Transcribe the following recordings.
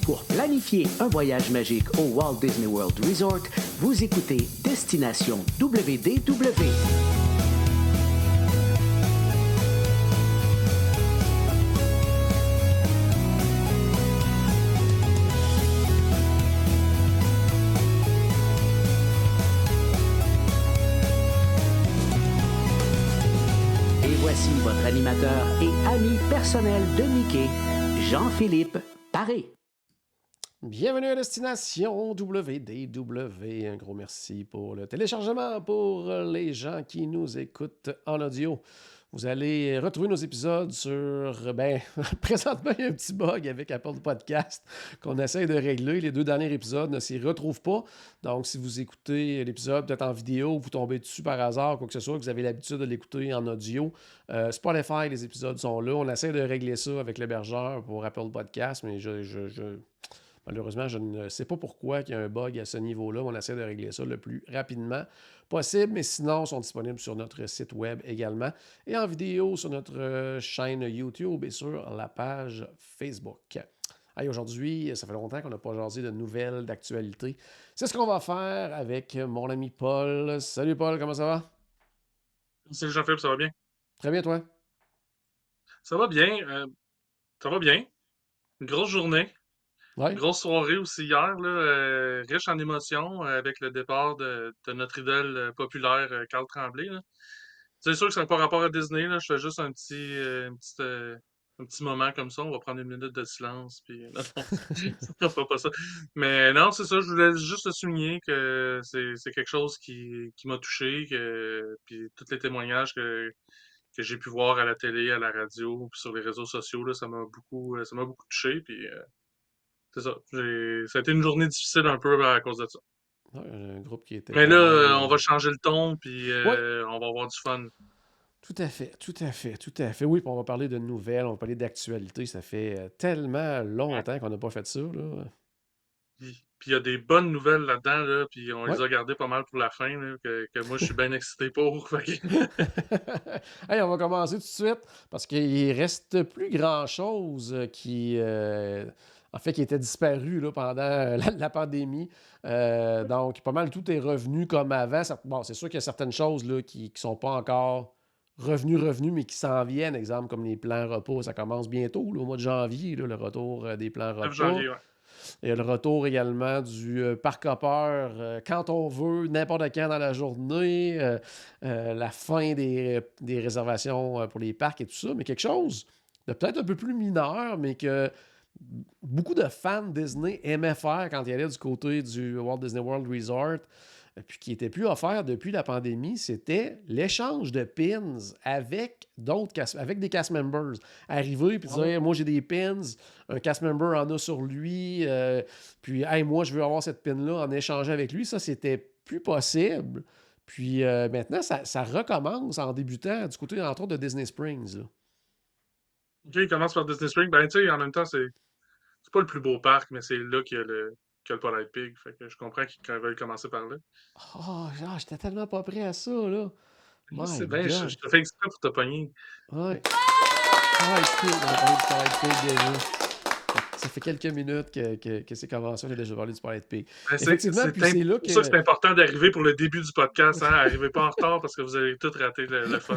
Pour planifier un voyage magique au Walt Disney World Resort, vous écoutez Destination WDW. Et voici votre animateur et ami personnel de Mickey, Jean-Philippe Paré. Bienvenue à Destination WDW. Un gros merci pour le téléchargement pour les gens qui nous écoutent en audio. Vous allez retrouver nos épisodes sur... présentement, il y a un petit bug avec Apple Podcast qu'on essaie de régler. Les 2 derniers épisodes ne s'y retrouvent pas. Donc, si vous écoutez l'épisode peut-être en vidéo, vous tombez dessus par hasard, quoi que ce soit, que vous avez l'habitude de l'écouter en audio, Spotify, les épisodes sont là. On essaie de régler ça avec l'hébergeur pour Apple Podcast, mais malheureusement, je ne sais pas pourquoi il y a un bug à ce niveau-là. On essaie de régler ça le plus rapidement possible, mais sinon, ils sont disponibles sur notre site web également et en vidéo sur notre chaîne YouTube et sur la page Facebook. Hey, aujourd'hui, ça fait longtemps qu'on n'a pas jasé de nouvelles, d'actualité. C'est ce qu'on va faire avec mon ami Paul. Salut Paul, comment ça va? Salut Jean-Philippe, ça va bien? Très bien, toi? Ça va bien. Ça va bien. Une grosse journée. Oui? Grosse soirée aussi hier, là, riche en émotions avec le départ de notre idole populaire, Carl Tremblay. Là. C'est sûr que ça n'a pas rapport à Disney. Là. Je fais juste un petit moment comme ça. On va prendre 1 minute de silence. Puis, non, on fera pas ça. Mais non, c'est ça. Je voulais juste souligner que c'est quelque chose qui m'a touché. Puis tous les témoignages que j'ai pu voir à la télé, à la radio, puis sur les réseaux sociaux, là, ça m'a beaucoup touché, puis c'est ça. Ça a été une journée difficile un peu à cause de ça. Ouais, un groupe qui était Mais quand là, même... on va changer le ton, puis Ouais. on va avoir du fun. Tout à fait, tout à fait, tout à fait. Oui, puis on va parler de nouvelles, on va parler d'actualité. Ça fait tellement longtemps qu'on n'a pas fait ça, là. Puis il y a des bonnes nouvelles là-dedans, là, puis on Ouais. les a gardées pas mal pour la fin, là, que moi, je suis bien excité pour. Fait que- Hey, on va commencer tout de suite parce qu'il reste plus grand-chose en fait, qui était disparu là, pendant la pandémie. Donc, pas mal tout est revenu comme avant. Bon, c'est sûr qu'il y a certaines choses là, qui ne sont pas encore revenues, mais qui s'en viennent. Exemple, comme les plans repas, ça commence bientôt, là, au mois de janvier, là, le retour des plans 9 repas. janvier, ouais. Il y a le retour également du parc hopper quand on veut, n'importe quand dans la journée, la fin des réservations pour les parcs et tout ça, mais quelque chose de peut-être un peu plus mineur, mais que beaucoup de fans Disney aimaient faire quand ils allaient du côté du Walt Disney World Resort, puis qui n'était plus offert depuis la pandémie, c'était l'échange de pins avec avec des cast members. Arriver puis dire, moi j'ai des pins, un cast member en a sur lui, puis hey, moi je veux avoir cette pin-là en échangeant avec lui. Ça, c'était plus possible. Puis maintenant, ça recommence en débutant du côté, entre autres, de Disney Springs. Là. OK, il commence par Disney Springs. Ben, tu sais, en même temps, c'est pas le plus beau parc, mais c'est là qu'il y a le Polite Pig. Fait que je comprends qu'ils veulent commencer par là. Oh, genre, j'étais tellement pas prêt à ça, là. C'est My bien, je God. te fais exprès pour te pogner. Ouais. Polite Pig, on a parlé du Polite Pig déjà. Ça fait quelques minutes que c'est commencé, j'ai déjà parlé du Polite Pig. Ben, Effectivement, puis c'est là pour ça que que... c'est important d'arriver pour le début du podcast. Hein? Arrivez pas en retard parce que vous allez tout rater le fun.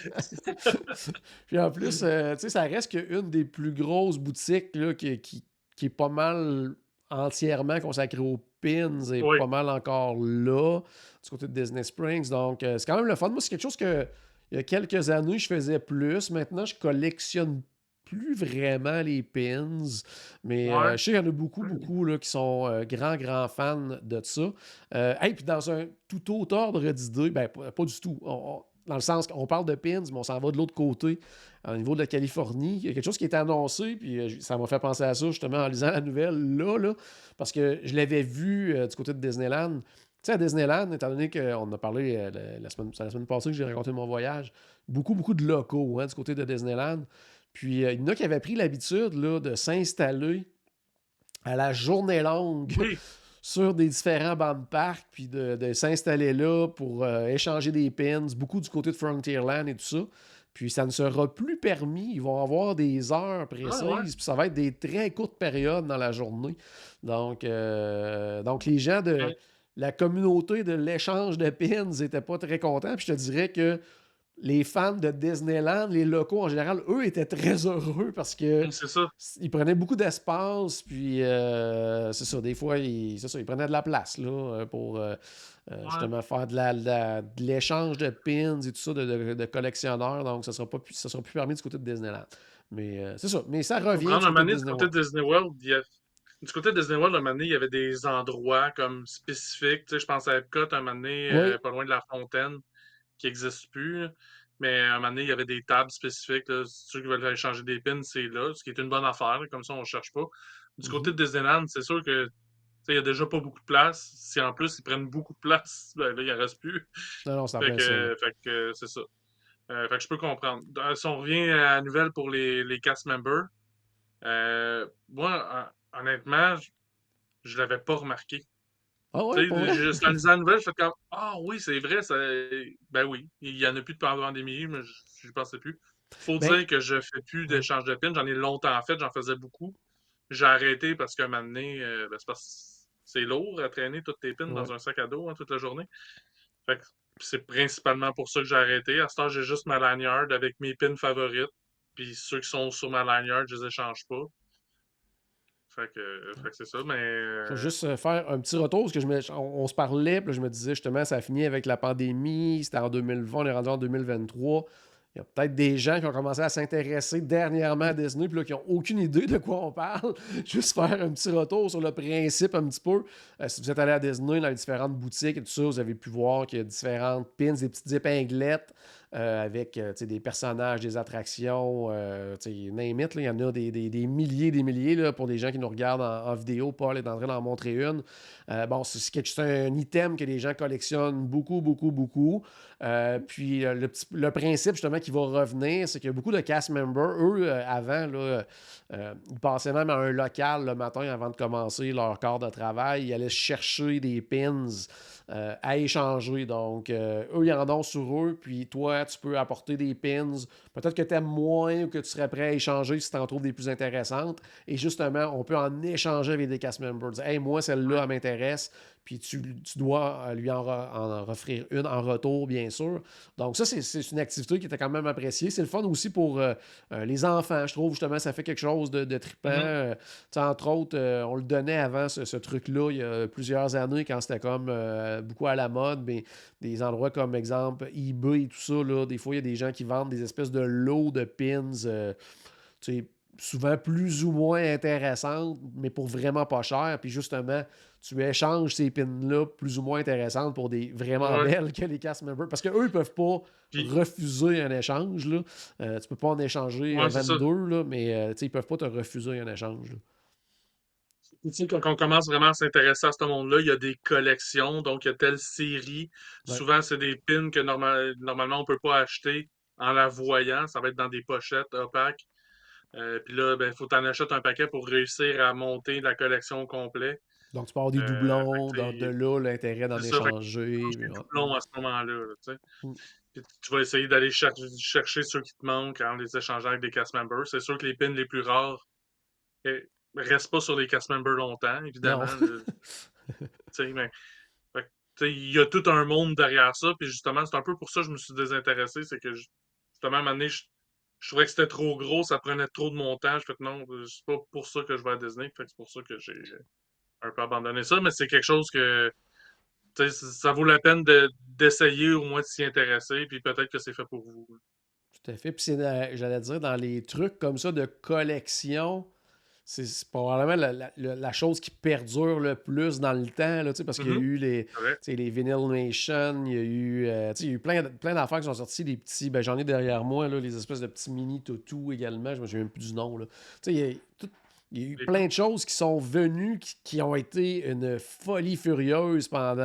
Puis en plus, tu sais, ça reste qu'une des plus grosses boutiques là, qui est pas mal entièrement consacrée aux pins et Oui. pas mal encore là, du côté de Disney Springs. Donc, c'est quand même le fun. Moi, c'est quelque chose que il y a quelques années, je faisais plus. Maintenant, je collectionne plus vraiment les pins. Mais Ouais. je sais qu'il y en a beaucoup là, qui sont grands fans de ça. Hey, puis dans un tout autre ordre d'idée, ben pas du tout. Dans le sens qu'on parle de pins, mais on s'en va de l'autre côté, au niveau de la Californie. Il y a quelque chose qui est annoncé, puis ça m'a fait penser à ça justement en lisant la nouvelle là parce que je l'avais vu du côté de Disneyland. Tu sais, à Disneyland, étant donné qu'on en a parlé la semaine passée que j'ai raconté mon voyage, beaucoup de locaux du côté de Disneyland. Puis il y en a qui avaient pris l'habitude là, de s'installer à la journée longue Oui. sur des différents bancs de parc, puis de s'installer là pour échanger des pins, beaucoup du côté de Frontierland et tout ça. Puis ça ne sera plus permis. Ils vont avoir des heures Ah, ouais. précises, puis ça va être des très courtes périodes dans la journée. Donc les gens de OK. la communauté de l'échange de pins n'étaient pas très contents. Puis je te dirais que les fans de Disneyland, les locaux en général, eux étaient très heureux parce que C'est ça. ils prenaient beaucoup d'espace, puis c'est ça, des fois, c'est ça, ils prenaient de la place là, pour Ouais. justement faire de l'échange de pins et tout ça de collectionneurs, donc ça sera plus permis du côté de Disneyland. Mais c'est ça, mais ça Je peux revient comprendre. du Un moment côté de donné, du Disney côté World. de Disney World, du côté de Disney World, un moment donné, il y avait des endroits comme spécifiques. Tu sais, je pense à Epcot, un moment donné, Oui, pas loin de la fontaine, qui n'existe plus, là. Mais un moment donné, il y avait des tables spécifiques, là. Si ceux qui veulent aller changer des pins, c'est là, ce qui est une bonne affaire, là. Comme ça, on ne cherche pas. Du côté mhm. de Disneyland, c'est sûr que tu sais, il n'y a déjà pas beaucoup de place. Si en plus ils prennent beaucoup de place, ben là, il en reste plus. Non, non, c'est en Fait plein ça, là. que, c'est ça. Fait que je peux comprendre. Si on revient à la nouvelle pour les cast members, moi, honnêtement, je l'avais pas remarqué. Ah ouais, Tu pour sais, vrai? juste en lisant la nouvelle, je fais comme ah oui, c'est vrai, ça... ben oui, il y en a plus de pandémie, mais je pensais plus. Faut Ben, dire que je fais plus ouais. d'échange de pins. J'en ai longtemps fait, j'en faisais beaucoup. J'ai arrêté parce qu'à un moment donné, ben, c'est parce que c'est lourd à traîner toutes tes pins Ouais. dans un sac à dos, hein, toute la journée. Fait que c'est principalement pour ça que j'ai arrêté. À ce temps, j'ai juste ma lanyard avec mes pins favorites. Puis ceux qui sont sur ma lanyard, je les échange pas. Fait que c'est ça, mais Je vais juste faire un petit retour, parce que on se parlait, puis là, je me disais justement, ça a fini avec la pandémie, c'était en 2020, on est rendu en 2023. Il y a peut-être des gens qui ont commencé à s'intéresser dernièrement à Disney, puis là, qui n'ont aucune idée de quoi on parle. Juste faire un petit retour sur le principe un petit peu. Si vous êtes allé à Disney, dans les différentes boutiques et tout ça, vous avez pu voir qu'il y a différentes pins, des petites épinglettes avec des personnages, des attractions, name it, là, il y en a des milliers, des milliers là, pour les gens qui nous regardent en vidéo. Paul est en train d'en montrer une. Bon, c'est un item que les gens collectionnent beaucoup, beaucoup, beaucoup. Puis le principe justement qui va revenir, c'est qu'il y a beaucoup de cast members, eux, avant, là, ils passaient même à un local le matin avant de commencer leur quart de travail. Ils allaient chercher des pins à échanger. Donc, eux, ils en ont sur eux, puis toi, tu peux apporter des pins. Peut-être que tu aimes moins ou que tu serais prêt à échanger si tu en trouves des plus intéressantes. Et justement, on peut en échanger avec des cast members. Dire, hey, moi, celle-là, ouais. elle m'intéresse. Puis tu dois lui en offrir une en retour, bien sûr. Donc, ça, c'est une activité qui était quand même appréciée. C'est le fun aussi pour les enfants. Je trouve justement ça fait quelque chose de trippant. Mhm. Entre autres, on le donnait avant ce truc-là il y a plusieurs années quand c'était comme beaucoup à la mode. Mais des endroits comme exemple eBay et tout ça, là, des fois, il y a des gens qui vendent des espèces de lots de pins. Tu sais, souvent plus ou moins intéressantes, mais pour vraiment pas cher. Puis justement, tu échanges ces pins-là plus ou moins intéressantes pour des vraiment Ouais. belles que les cast members. Parce qu'eux, ils peuvent pas Puis, refuser un échange. Là. Tu peux pas en échanger ouais, c'est ça. 22, là, mais ils peuvent pas te refuser un échange. Là. Tu sais, quand on commence vraiment à s'intéresser à ce monde-là, il y a des collections, donc il y a telle série. Ouais. Souvent, c'est des pins que normalement on peut pas acheter en la voyant. Ça va être dans des pochettes opaques. Puis là, ben, faut t'en acheter un paquet pour réussir à monter la collection au complet. Donc, tu peux avoir des doublons, Fait que, de là, l'intérêt d'en c'est ça. Fait que échanger. tu Mais, des doublons à ce moment-là, là, tu sais. ouais. Puis tu vas essayer d'aller chercher ceux qui te manquent en les échangeant avec des cast members. C'est sûr que les pins les plus rares restent pas sur les cast members longtemps, Non. évidemment. Tu sais, mais fait que, tu sais, il y a tout un monde derrière ça. Puis justement, c'est un peu pour ça que je me suis désintéressé. C'est que justement, à un moment donné, je trouvais que c'était trop gros, ça prenait trop de montage. Fait que non, c'est pas pour ça que je vais à Disney. Fait que c'est pour ça que j'ai un peu abandonné ça. Mais c'est quelque chose que tu sais, ça vaut la peine d'essayer au moins de s'y intéresser. Puis peut-être que c'est fait pour vous. Tout à fait. Puis j'allais dire, dans les trucs comme ça de collection, c'est probablement la chose qui perdure le plus dans le temps, là, parce qu'il y a Mhm, eu c'est vrai. les Vinyl Nation, il y a eu, il y a eu plein d'affaires qui sont sorties, des petits, ben, j'en ai derrière moi, là, les espèces de petits mini toutous également, je me souviens même plus du nom. Là. Il y a eu Les- plein de choses qui sont venues, qui ont été une folie furieuse pendant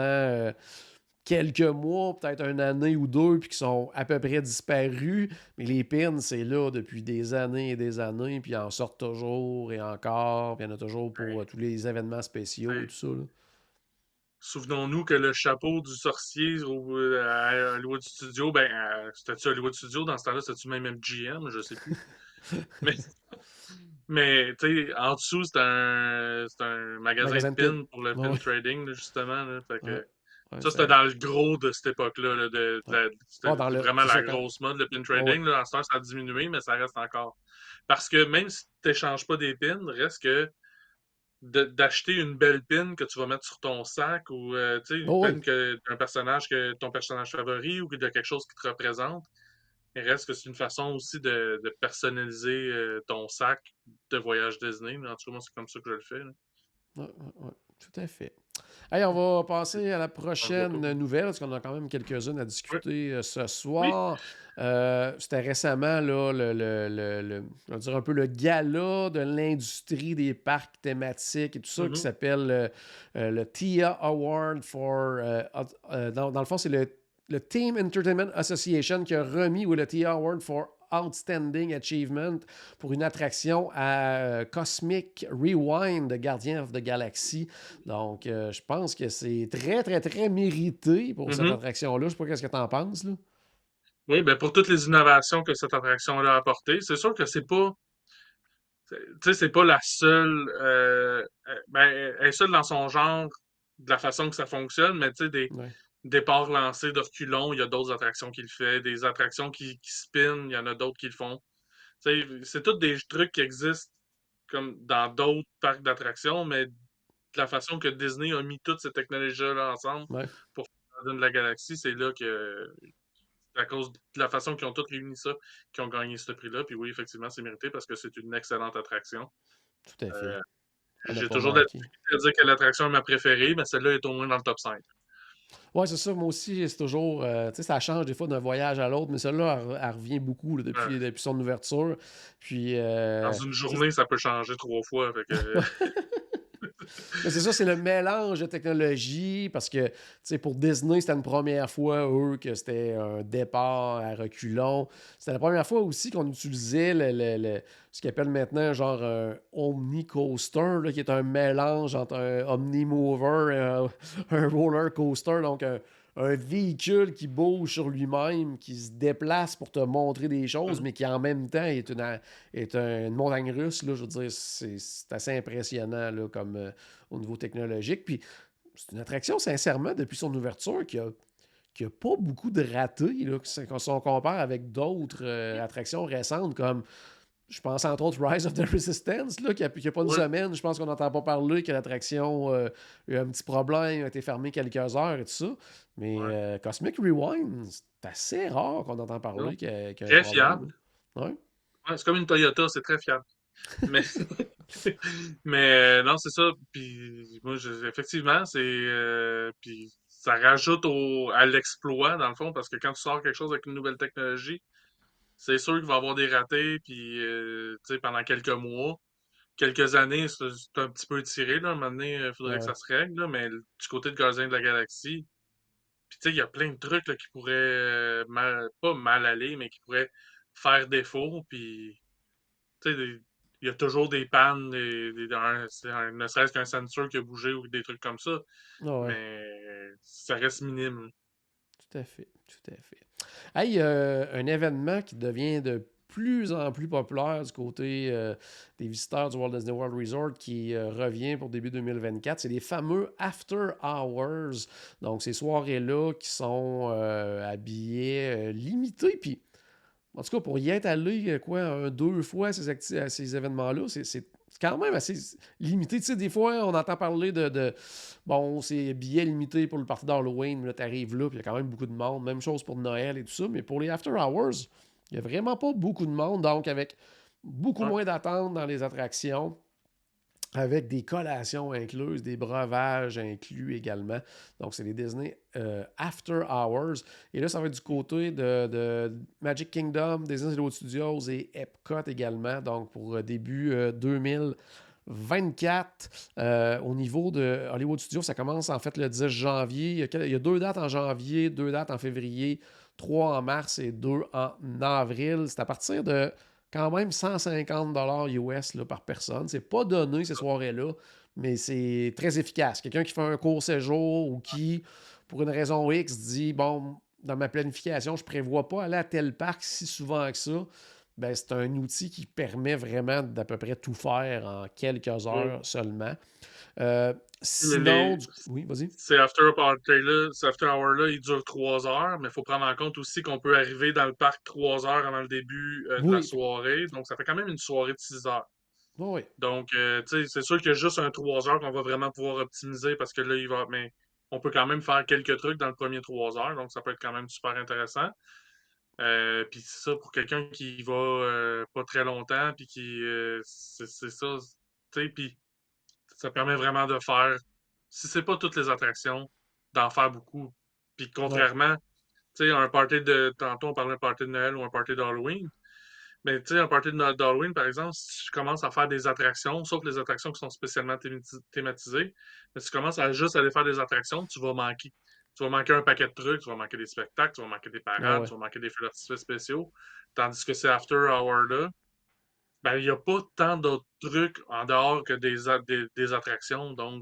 quelques mois, peut-être une année ou deux, puis qui sont à peu près disparus. Mais les pins, c'est là depuis des années et des années, puis ils en sortent toujours et encore, puis il y en a toujours pour tous les événements spéciaux et c'est- tout ça. Là. souvenons-nous que le chapeau du sorcier à Hollywood Studio, c'était-tu Hollywood Studio dans ce temps-là? C'était-tu même MGM? Je sais plus. Mais, mais tu sais, en dessous, c'est un magasin de Magasin de pin. pins pour le Ouais, pin ouais. trading, là, justement. Là. Fait Ouais, que, ouais, ça, c'était dans le gros de cette époque-là. Là, ouais. c'était Ouais, dans le. vraiment C'est la ça quand. grosse mode, le pin Ouais, ouais. trading. Là. En ce temps, ça a diminué, mais ça reste encore. Parce que même si tu n'échanges pas des pins, reste que d'acheter une belle pin que tu vas mettre sur ton sac ou tu sais, une Oh, pin oui. d'un personnage que ton personnage favori ou de quelque chose qui te représente. Il reste que c'est une façon aussi de personnaliser ton sac de voyage Disney. En tout cas, moi, c'est comme ça que je le fais. Là. Ouais, ouais, ouais. Tout à fait. Hey, on va passer à la On voit pas. prochaine nouvelle, parce qu'on a quand même quelques-unes à Oui, discuter ce oui. soir. C'était récemment là, je vais dire un peu le gala de l'industrie des parcs thématiques et tout ça qui Mhm, s'appelle le TIA Award for... dans le fond, c'est le Team Entertainment Association qui a remis le TIA Award for Outstanding Achievement pour une attraction à Cosmic Rewind de Guardians of the Galaxy. Donc, je pense que c'est très, très, très mérité pour cette mhm. attraction-là. Je sais pas qu'est-ce que tu en penses, là. Oui, ben pour toutes les innovations que cette attraction-là a apportées, c'est sûr que tu sais, c'est pas la seule, elle est seule dans son genre, de la façon que ça fonctionne, mais tu sais, des Ouais. départs lancés de reculons, il y a d'autres attractions qui le font, des attractions qui spin, il y en a d'autres qui le font. Tu sais, c'est tous des trucs qui existent comme dans d'autres parcs d'attractions, mais de la façon que Disney a mis toutes ces technologies-là ensemble Ouais. pour faire Gardien de la Galaxie, c'est là que, à cause de la façon qu'ils ont tous réuni ça, qu'ils ont gagné ce prix-là. Puis oui, effectivement, c'est mérité parce que c'est une excellente attraction. Tout à fait. Euh, À ne j'ai pas toujours de la manquer. difficulté à dire quelle attraction est ma préférée, mais celle-là est au moins dans le top 5. Ouais, c'est ça. Moi aussi, c'est toujours. Tu sais, ça change des fois d'un voyage à l'autre, mais celle-là, elle revient beaucoup là, Euh, depuis son ouverture. Puis, dans une tu sais, journée, ça peut changer 3 fois. Fait que, mais c'est ça, c'est le mélange de technologie parce que, tu sais, pour Disney, c'était une première fois, eux, que c'était un départ à reculons. C'était la première fois aussi qu'on utilisait ce qu'ils appellent maintenant genre un Omni-Coaster, là, qui est un mélange entre un Omni-Mover et un roller coaster. Donc, un véhicule qui bouge sur lui-même, qui se déplace pour te montrer des choses, Mhm. mais qui en même temps une montagne russe. Là, je veux dire, c'est assez impressionnant là, comme, au niveau technologique. Puis c'est une attraction, sincèrement, depuis son ouverture, qui a pas beaucoup de ratés, là, si on compare avec d'autres attractions récentes, comme je pense entre autres Rise of the Resistance, là, qui a pas une Ouais, semaine, je pense qu'on n'entend pas parler, que l'attraction a eu un petit problème, a été fermée quelques heures et tout ça. Mais ouais. Cosmic Rewind, c'est assez rare qu'on entend Non. parler qu'il y a un Très problème, fiable. là. Ouais. Ouais, c'est comme une Toyota, c'est très fiable. Mais, mais non, c'est ça. Puis moi, effectivement, puis ça rajoute à l'exploit, dans le fond, parce que quand tu sors quelque chose avec une nouvelle technologie, c'est sûr qu'il va y avoir des ratés, puis tu sais, pendant quelques mois, quelques années, c'est un petit peu tiré, là. À un moment donné, il faudrait que Ouais. ça se règle, là, mais du côté de Gardien de la Galaxie, puis tu sais, il y a plein de trucs là, qui pourraient pas mal aller, mais qui pourraient faire défaut, puis tu sais, il y a toujours des pannes, ne serait-ce qu'un sensor qui a bougé ou des trucs comme ça, Ah ouais. mais ça reste minime. Tout à fait, tout à fait. Hey, un événement qui devient de plus en plus populaire du côté des visiteurs du Walt Disney World Resort qui revient pour début 2024, c'est les fameux After Hours. Donc, ces soirées-là qui sont à billets limités. Puis, en tout cas, pour y être allé, deux fois à ces événements-là, c'est quand même assez limité. Tu sais, des fois, on entend parler bon, c'est billets limités pour le party d'Halloween, mais là, t'arrives là, puis il y a quand même beaucoup de monde. Même chose pour Noël et tout ça. Mais pour les After Hours, il n'y a vraiment pas beaucoup de monde. Donc, avec beaucoup Ouais. moins d'attente dans les attractions, avec des collations incluses, des breuvages inclus également. Donc, c'est les Disney After Hours. Et là, ça va être du côté de Magic Kingdom, Disney Hollywood Studios et Epcot également. Donc, pour début 2024. Au niveau de Hollywood Studios, ça commence en fait le 10 janvier. Il y a 2 dates en janvier, 2 dates en février, 3 en mars et 2 en avril. C'est à partir de quand même 150$ US là, par personne. C'est pas donné ces soirées-là, mais c'est très efficace. Quelqu'un qui fait un court séjour ou qui, pour une raison X, dit, bon, dans ma planification, je ne prévois pas aller à tel parc si souvent que ça. Ben, c'est un outil qui permet vraiment d'à peu près tout faire en quelques heures seulement. Sinon, oui, vas-y. Ces after party-là, ces after hour-là, ils durent 3 heures, mais il faut prendre en compte aussi qu'on peut arriver dans le parc 3 heures avant le début de la soirée. Donc, ça fait quand même une soirée de 6 heures. Oui. Donc, tu sais, c'est sûr qu'il y a juste un 3 heures qu'on va vraiment pouvoir optimiser parce que là, mais on peut quand même faire quelques trucs dans le premier 3 heures. Donc, ça peut être quand même super intéressant. Puis c'est ça, pour quelqu'un qui va pas très longtemps, puis qui... c'est ça, tu sais, puis ça permet vraiment de faire, si c'est pas toutes les attractions, d'en faire beaucoup. Puis contrairement, tu sais, un party tantôt on parlait d'un party de Noël ou un party d'Halloween, mais tu sais, un party d'Halloween, par exemple, si tu commences à faire des attractions, sauf les attractions qui sont spécialement thématisées, mais si tu commences à juste aller faire des attractions, tu vas manquer. Tu vas manquer un paquet de trucs, tu vas manquer des spectacles, tu vas manquer des parades, tu vas manquer des feux d'artifice spéciaux. Tandis que ces after hours-là, ben, il n'y a pas tant d'autres trucs en dehors que des attractions. Donc,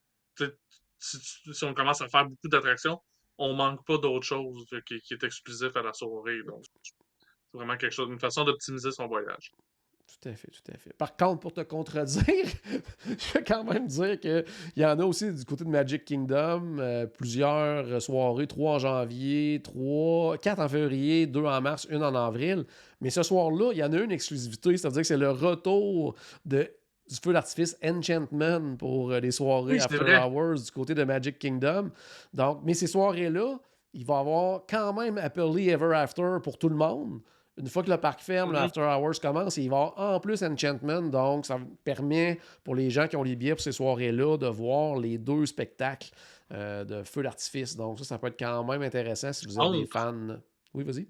si on commence à faire beaucoup d'attractions, on manque pas d'autre chose qui est exclusif à la soirée. Donc, c'est vraiment quelque chose, une façon d'optimiser son voyage. Tout à fait, tout à fait. Par contre, pour te contredire, je vais quand même dire qu'il y en a aussi du côté de Magic Kingdom, plusieurs soirées, 3 en janvier, 4 en février, 2 en mars, 1 en avril. Mais ce soir-là, il y en a une exclusivité, c'est-à-dire que c'est le retour du feu d'artifice Enchantment pour les soirées After Hours du côté de Magic Kingdom. Donc, mais ces soirées-là, il va y avoir quand même Happily Ever After pour tout le monde. Une fois que le parc ferme, l'After Hours commence, et il va y avoir en plus Enchantment. Donc, ça permet pour les gens qui ont les billets pour ces soirées-là de voir les 2 spectacles de feu d'artifice. Donc, ça peut être quand même intéressant si vous êtes des fans. Oui, vas-y.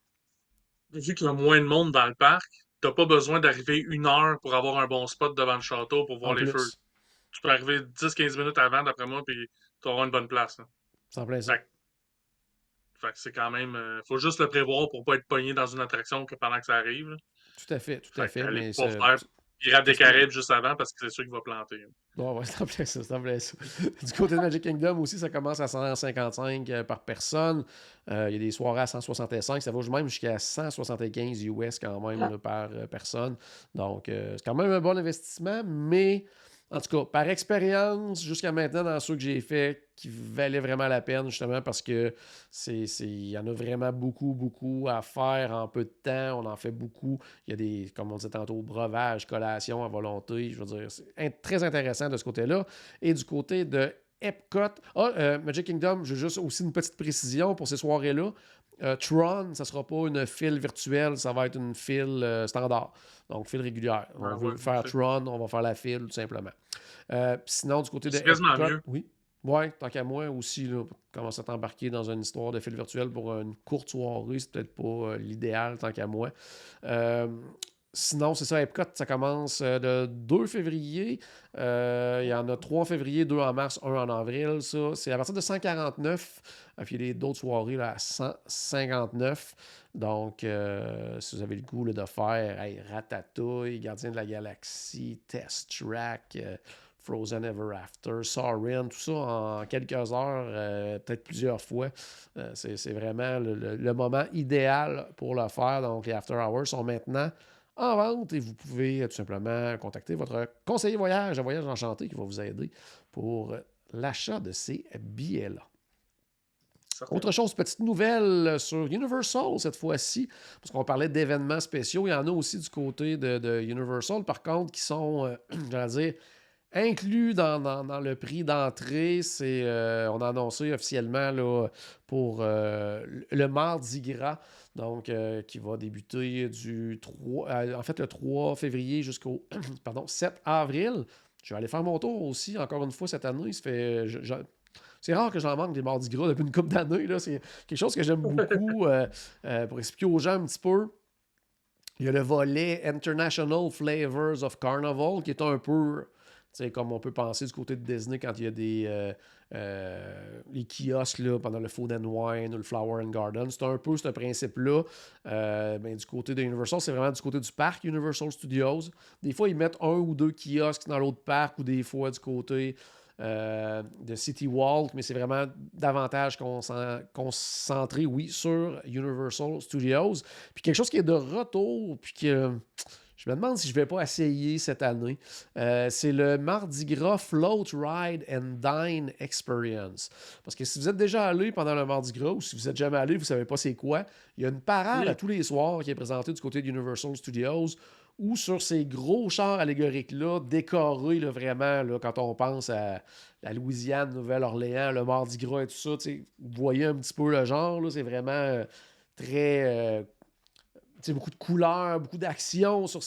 Vu qu'il y a moins de monde dans le parc, t'as pas besoin d'arriver 1 heure pour avoir un bon spot devant le château pour voir les feux. Tu peux arriver 10-15 minutes avant, d'après moi, puis tu auras une bonne place. C'est en plein ça. Fait que c'est quand même... faut juste le prévoir pour pas être pogné dans une attraction pendant que ça arrive. Là. Tout à fait, tout à fait. Mais pas faire Pirates des Caraïbes juste avant parce que c'est sûr qu'il va planter. Bon, ouais, c'est en plein ça, c'est en plein ça. Du côté de Magic Kingdom aussi, ça commence à 155 par personne. Il y a des soirées à 165. Ça va même jusqu'à 175 US quand même là, par personne. Donc, c'est quand même un bon investissement, mais... En tout cas, par expérience, jusqu'à maintenant, dans ceux que j'ai fait, qui valaient vraiment la peine, justement, parce que il y en a vraiment beaucoup, beaucoup à faire en peu de temps. On en fait beaucoup. Il y a des, comme on disait tantôt, breuvages, collations à volonté. Je veux dire, c'est très intéressant de ce côté-là. Et du côté de Epcot, Magic Kingdom, j'ai juste aussi une petite précision pour ces soirées-là. Tron, ça ne sera pas une file virtuelle, ça va être une file standard. Donc, file régulière. On veut faire Tron, on va faire la file, tout simplement. Sinon, du côté de Epcot... mieux. Oui. Ouais, tant qu'à moi aussi, là, commencer à t'embarquer dans une histoire de file virtuelle pour une courte soirée, c'est peut-être pas l'idéal, tant qu'à moi. Sinon, c'est ça, Epcot, ça commence le 2 février. Il y en a 3 en février, 2 en mars, 1 en avril. Ça, c'est à partir de 149. Puis il y a d'autres soirées là, à 159. Donc, si vous avez le goût là, de faire Ratatouille, Gardien de la Galaxie, Test Track, Frozen Ever After, Soarin', tout ça en quelques heures, peut-être plusieurs fois. C'est vraiment le moment idéal pour le faire. Donc, les After Hours sont maintenant en vente et vous pouvez tout simplement contacter votre conseiller voyage à Voyage Enchanté qui va vous aider pour l'achat de ces billets-là. Autre chose, petite nouvelle sur Universal cette fois-ci, parce qu'on parlait d'événements spéciaux. Il y en a aussi du côté de Universal, par contre, qui sont, j'allais dire, inclus dans le prix d'entrée. On a annoncé officiellement là, pour le Mardi Gras, donc qui va débuter le 3 février jusqu'au 7 avril. Je vais aller faire mon tour aussi, encore une fois, cette année. C'est rare que j'en manque des Mardis Gras depuis une couple d'années. Là. C'est quelque chose que j'aime beaucoup. Pour expliquer aux gens un petit peu, il y a le volet International Flavors of Carnival qui est un peu sais, comme on peut penser du côté de Disney quand il y a les kiosques là, pendant le Food and Wine ou le Flower and Garden. C'est un peu ce principe-là. Du côté de Universal, c'est vraiment du côté du parc Universal Studios. Des fois, ils mettent un ou deux kiosques dans l'autre parc ou des fois du côté de City Walk, mais c'est vraiment davantage concentré, oui, sur Universal Studios. Puis quelque chose qui est de retour, puis que je me demande si je ne vais pas essayer cette année, c'est le Mardi Gras Float Ride and Dine Experience. Parce que si vous êtes déjà allé pendant le Mardi Gras ou si vous n'êtes jamais allé, vous ne savez pas c'est quoi, il y a une parade à tous les soirs qui est présentée du côté de Universal Studios ou sur ces gros chars allégoriques-là, décorés là, vraiment, là, quand on pense à la Louisiane, Nouvelle-Orléans, le Mardi Gras et tout ça, vous voyez un petit peu le genre, là, c'est vraiment très... beaucoup de couleurs, beaucoup d'action sur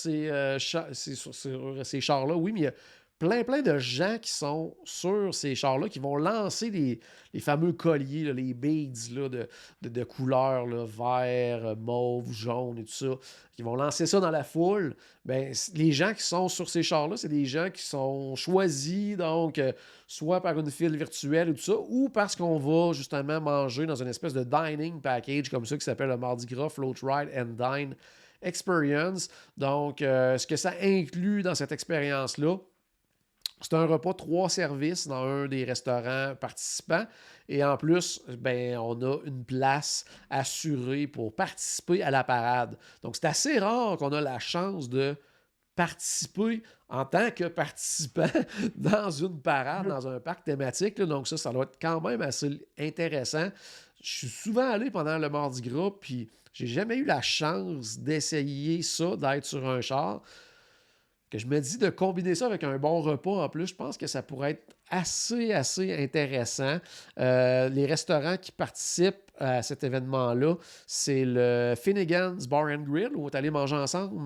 ces chars-là. Oui, mais il y a plein de gens qui sont sur ces chars-là qui vont lancer les fameux colliers, là, les beads là, de couleurs, là, vert, mauve, jaune et tout ça, qui vont lancer ça dans la foule. Ben, les gens qui sont sur ces chars-là, c'est des gens qui sont choisis, donc, soit par une file virtuelle et tout ça, ou parce qu'on va justement manger dans une espèce de dining package comme ça qui s'appelle le Mardi Gras Float Ride and Dine Experience. Donc, ce que ça inclut dans cette expérience-là, c'est un repas 3 services dans un des restaurants participants. Et en plus, ben, on a une place assurée pour participer à la parade. Donc, c'est assez rare qu'on a la chance de participer en tant que participant dans une parade, dans un parc thématique. Là. Donc, ça doit être quand même assez intéressant. Je suis souvent allé pendant le Mardi Gras, puis j'ai jamais eu la chance d'essayer ça, d'être sur un char. Que je me dis de combiner ça avec un bon repas en plus, je pense que ça pourrait être assez intéressant. Les restaurants qui participent à cet événement-là, c'est le Finnegan's Bar and Grill, où on est allé manger ensemble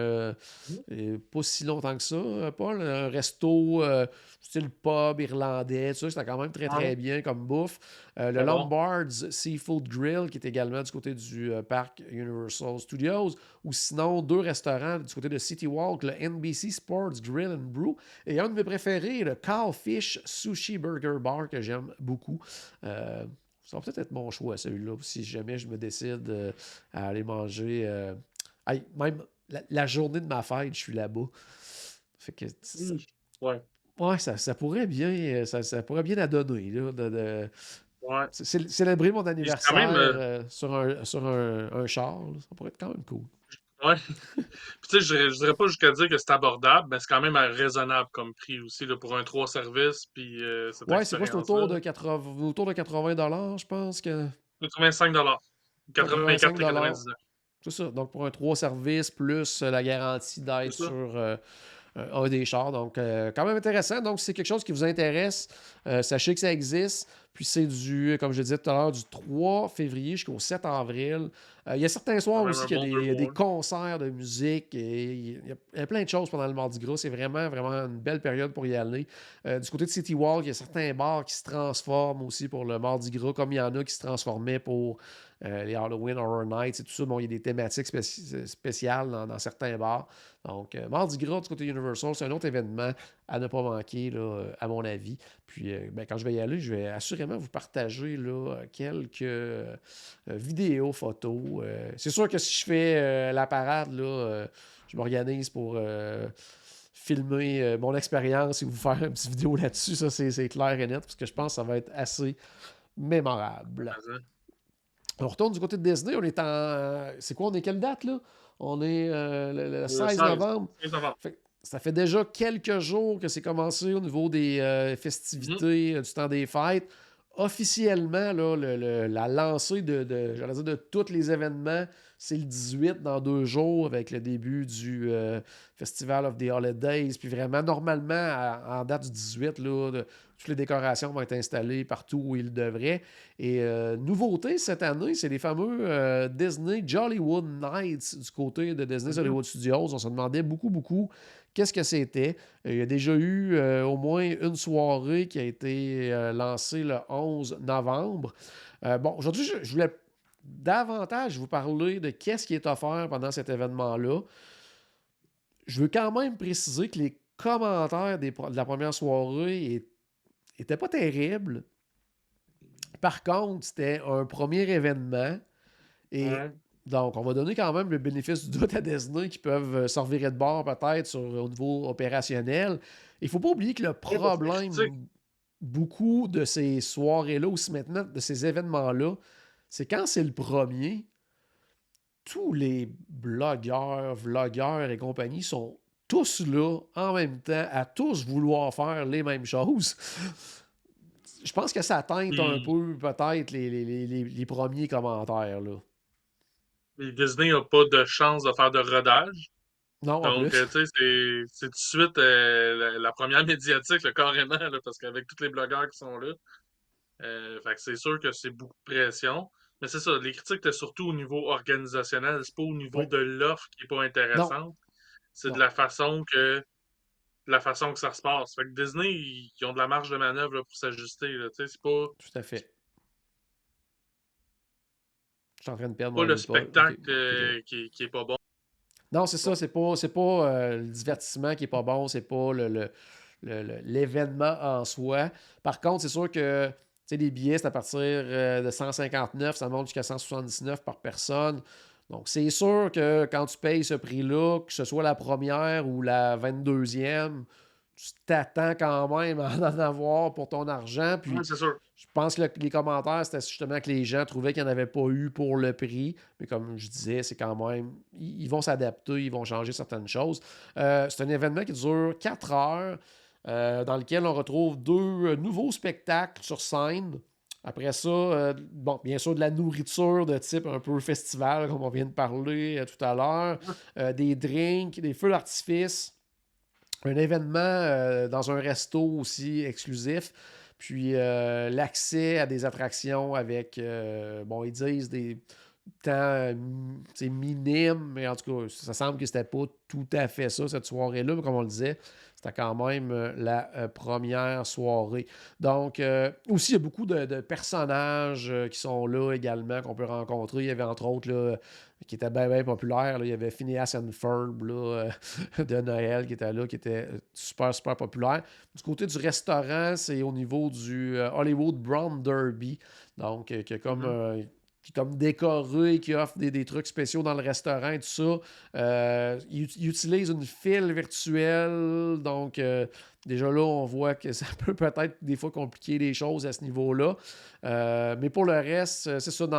pas si longtemps que ça, Paul. Un resto style pub irlandais, tout ça, c'était quand même très bien comme bouffe. Le Lombard's Seafood Grill, qui est également du côté du parc Universal Studios, ou sinon 2 restaurants du côté de City Walk, le NBC Sports Grill and Brew, et un de mes préférés, le Cowfish Sushi Burger Bar, que j'aime beaucoup. Ça va peut-être être mon choix, celui-là, si jamais je me décide à aller manger. Même la journée de ma fête, je suis là-bas. Fait que... Ouais. Ouais, ça pourrait bien, ça pourrait bien adonner, là, Ouais. célébrer mon anniversaire même, sur un char, là, ça pourrait être quand même cool. Ouais. Puis tu sais, je dirais pas jusqu'à dire que c'est abordable, mais c'est quand même raisonnable comme prix aussi là, pour un 3 services puis cette Ouais, c'est quoi, c'est expérience-là. autour de 80 $, je pense que. 85 84 et 85 $. 99. C'est ça. Donc, pour un 3 services, plus la garantie d'être C'est ça. sur un des chars. Donc, quand même intéressant. Donc, si c'est quelque chose qui vous intéresse, sachez que ça existe. Puis, c'est comme je disais tout à l'heure, du 3 février jusqu'au 7 avril. Il y a certains soirs Quand même aussi un qu'il bon y a 2 des mois. concerts de musique. Et il y a plein de choses pendant le Mardi Gras. C'est vraiment une belle période pour y aller. Du côté de City Walk, il y a certains bars qui se transforment aussi pour le Mardi Gras, comme il y en a qui se transformaient pour les Halloween Horror Nights et tout ça. Bon, il y a des thématiques spéciales dans certains bars. Donc, Mardi Gras du côté Universal, c'est un autre événement à ne pas manquer, là, à mon avis. Puis, quand je vais y aller, je vais assurément vous partager là, quelques vidéos, photos. C'est sûr que si je fais la parade, là, je m'organise pour filmer mon expérience et vous faire une petite vidéo là-dessus. Ça, c'est clair et net, parce que je pense que ça va être assez mémorable. On retourne du côté de Disney. On est en... C'est quoi? On est quelle date, là? On est le 16 novembre. 16 novembre. Ça fait déjà quelques jours que c'est commencé au niveau des festivités du temps des fêtes. Officiellement, là, la lancée j'allais dire de tous les événements, c'est le 18 dans 2 jours avec le début du Festival of the Holidays. Puis vraiment, normalement, en date du 18, là, toutes les décorations vont être installées partout où ils devraient. Et nouveauté cette année, c'est les fameux Disney Jollywood Nights du côté de Disney Hollywood Studios. On se demandait beaucoup qu'est-ce que c'était. Il y a déjà eu au moins une soirée qui a été lancée le 11 novembre. Bon, aujourd'hui, je voulais davantage vous parler de qu'est-ce qui est offert pendant cet événement-là. Je veux quand même préciser que les commentaires de la première soirée n'étaient pas terribles. Par contre, c'était un premier événement et Ouais. donc on va donner quand même le bénéfice du doute à Disney qui peuvent s'en virer de bord peut-être au niveau opérationnel. Il ne faut pas oublier que le Ouais, parce que les critiques, problème, beaucoup de ces soirées-là, ou maintenant de ces événements-là, c'est quand c'est le premier, tous les blogueurs, vlogueurs et compagnie sont tous là en même temps, à tous vouloir faire les mêmes choses. Je pense que ça teinte un ils- peu peut-être les premiers commentaires. Là. Disney n'a pas de chance de faire de rodage. Non, en Donc, plus. tu sais, c'est tout de suite la première médiatique, là, carrément, là, parce qu'avec tous les blogueurs qui sont là, fait que c'est sûr que c'est beaucoup de pression. Mais c'est ça, les critiques, c'est surtout au niveau organisationnel. C'est pas au niveau Oui. de l'offre qui est pas Non, intéressante. C'est de non, la façon que ça se passe. Fait que Disney, ils ont de la marge de manœuvre là, pour s'ajuster. Là. Tu sais, tout à fait. Je suis en train de perdre pas mon le ami Paul. OK, spectacle bon, t'es correct. qui est pas bon. Non, c'est ça, c'est pas le divertissement qui est pas bon, c'est pas l'événement en soi. Par contre, c'est sûr que tu sais, les billets, c'est à partir de 159, ça monte jusqu'à 179 par personne. Donc, c'est sûr que quand tu payes ce prix-là, que ce soit la première ou la 22e, tu t'attends quand même à en avoir pour ton argent. Oui, Puis, c'est sûr. je pense que les commentaires, c'était justement que les gens trouvaient qu'il n'y en avait pas eu pour le prix. Mais comme je disais, c'est quand même. Ils vont s'adapter, ils vont changer certaines choses. C'est un événement qui dure 4 heures, dans lequel on retrouve 2 nouveaux spectacles sur scène. Après ça, bon, bien sûr, de la nourriture de type un peu festival, comme on vient de parler tout à l'heure, des drinks, des feux d'artifice, un événement dans un resto aussi exclusif, puis l'accès à des attractions avec, bon, ils disent des temps minimes, mais en tout cas, ça semble que c'était pas tout à fait ça cette soirée-là, mais comme on le disait, c'était quand même la première soirée. Donc, aussi, il y a beaucoup de personnages qui sont là également, qu'on peut rencontrer. Il y avait entre autres, là, qui était bien, bien populaire, là, il y avait Phineas and Ferb là, de Noël qui était là, qui était super, super populaire. Du côté du restaurant, c'est au niveau du Hollywood Brown Derby. Donc, Mhm. qui est comme décoré, qui offre des trucs spéciaux dans le restaurant et tout ça. Il utilise une file virtuelle, donc déjà là, on voit que ça peut peut-être des fois compliquer les choses à ce niveau-là. Mais pour le reste, c'est ça,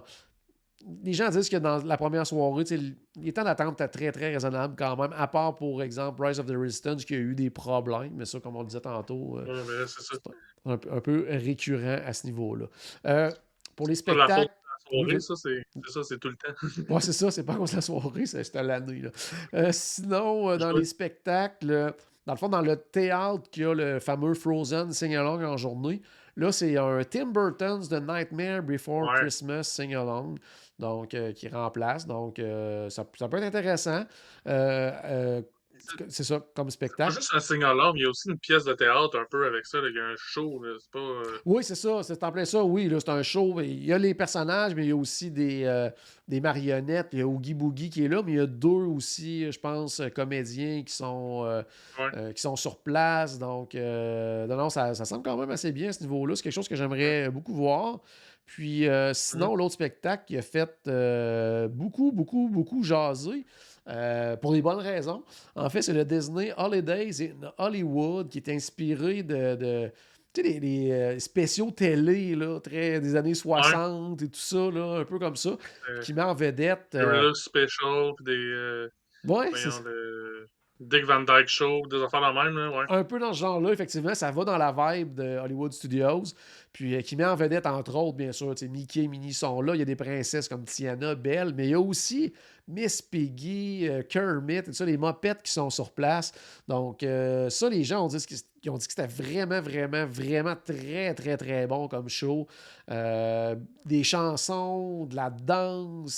les gens disent que dans la première soirée, les temps d'attente étaient très, très raisonnables quand même, à part, pour exemple, Rise of the Resistance, qui a eu des problèmes, mais ça, comme on le disait tantôt, Ouais, mais c'est ça. c'est un peu récurrent à ce niveau-là. Euh, pour les C'est pas de la faute spectacles, de la oui, soirée, ça, c'est tout le temps. ouais, c'est ça, c'est pas à cause de la soirée, c'est à l'année. Là. Sinon, Je dans vois. les spectacles, dans le fond, dans le théâtre qui a le fameux Frozen Sing-Along en journée, là, c'est un Tim Burton's The Nightmare Before Ouais. Christmas Sing-Along, donc qui remplace. Donc, ça peut être intéressant. Euh, euh, c'est ça, comme C'est pas spectacle. juste un sing-along, il y a aussi une pièce de théâtre un peu avec ça. Là, il y a un show. Là, c'est pas. Oui, c'est ça, c'est en plein ça, oui, là, c'est un show. Il y a les personnages, mais il y a aussi des marionnettes. Il y a Oogie Boogie qui est là, mais il y a 2 aussi, je pense, comédiens Ouais. qui sont sur place. Donc, non, non, ça semble quand même assez bien à ce niveau-là. C'est quelque chose que j'aimerais beaucoup voir. Puis, Mhm. sinon, l'autre spectacle qui a fait beaucoup, beaucoup, beaucoup jaser, pour les bonnes raisons. En fait, c'est le Disney Holidays in Hollywood qui est inspiré tu sais, les spéciaux télé là, des années Ouais. 60 et tout ça, là, un peu comme ça, puis Euh, qui met en vedette. Gorilla Special, puis Ouais, voyons, le Dick Van Dyke Show, des affaires de même, là, ouais. un peu dans ce genre-là, effectivement, ça va dans la vibe de Hollywood Studios, puis qui met en vedette, entre autres, bien sûr, tu sais, Mickey et Minnie sont là, il y a des princesses comme Tiana, Belle, mais il y a aussi Miss Piggy, Kermit, et tout ça, les mopettes qui sont sur place. Donc, ça, les gens ils ont dit que c'était vraiment, vraiment, vraiment très, très, très bon comme show. Des chansons, de la danse,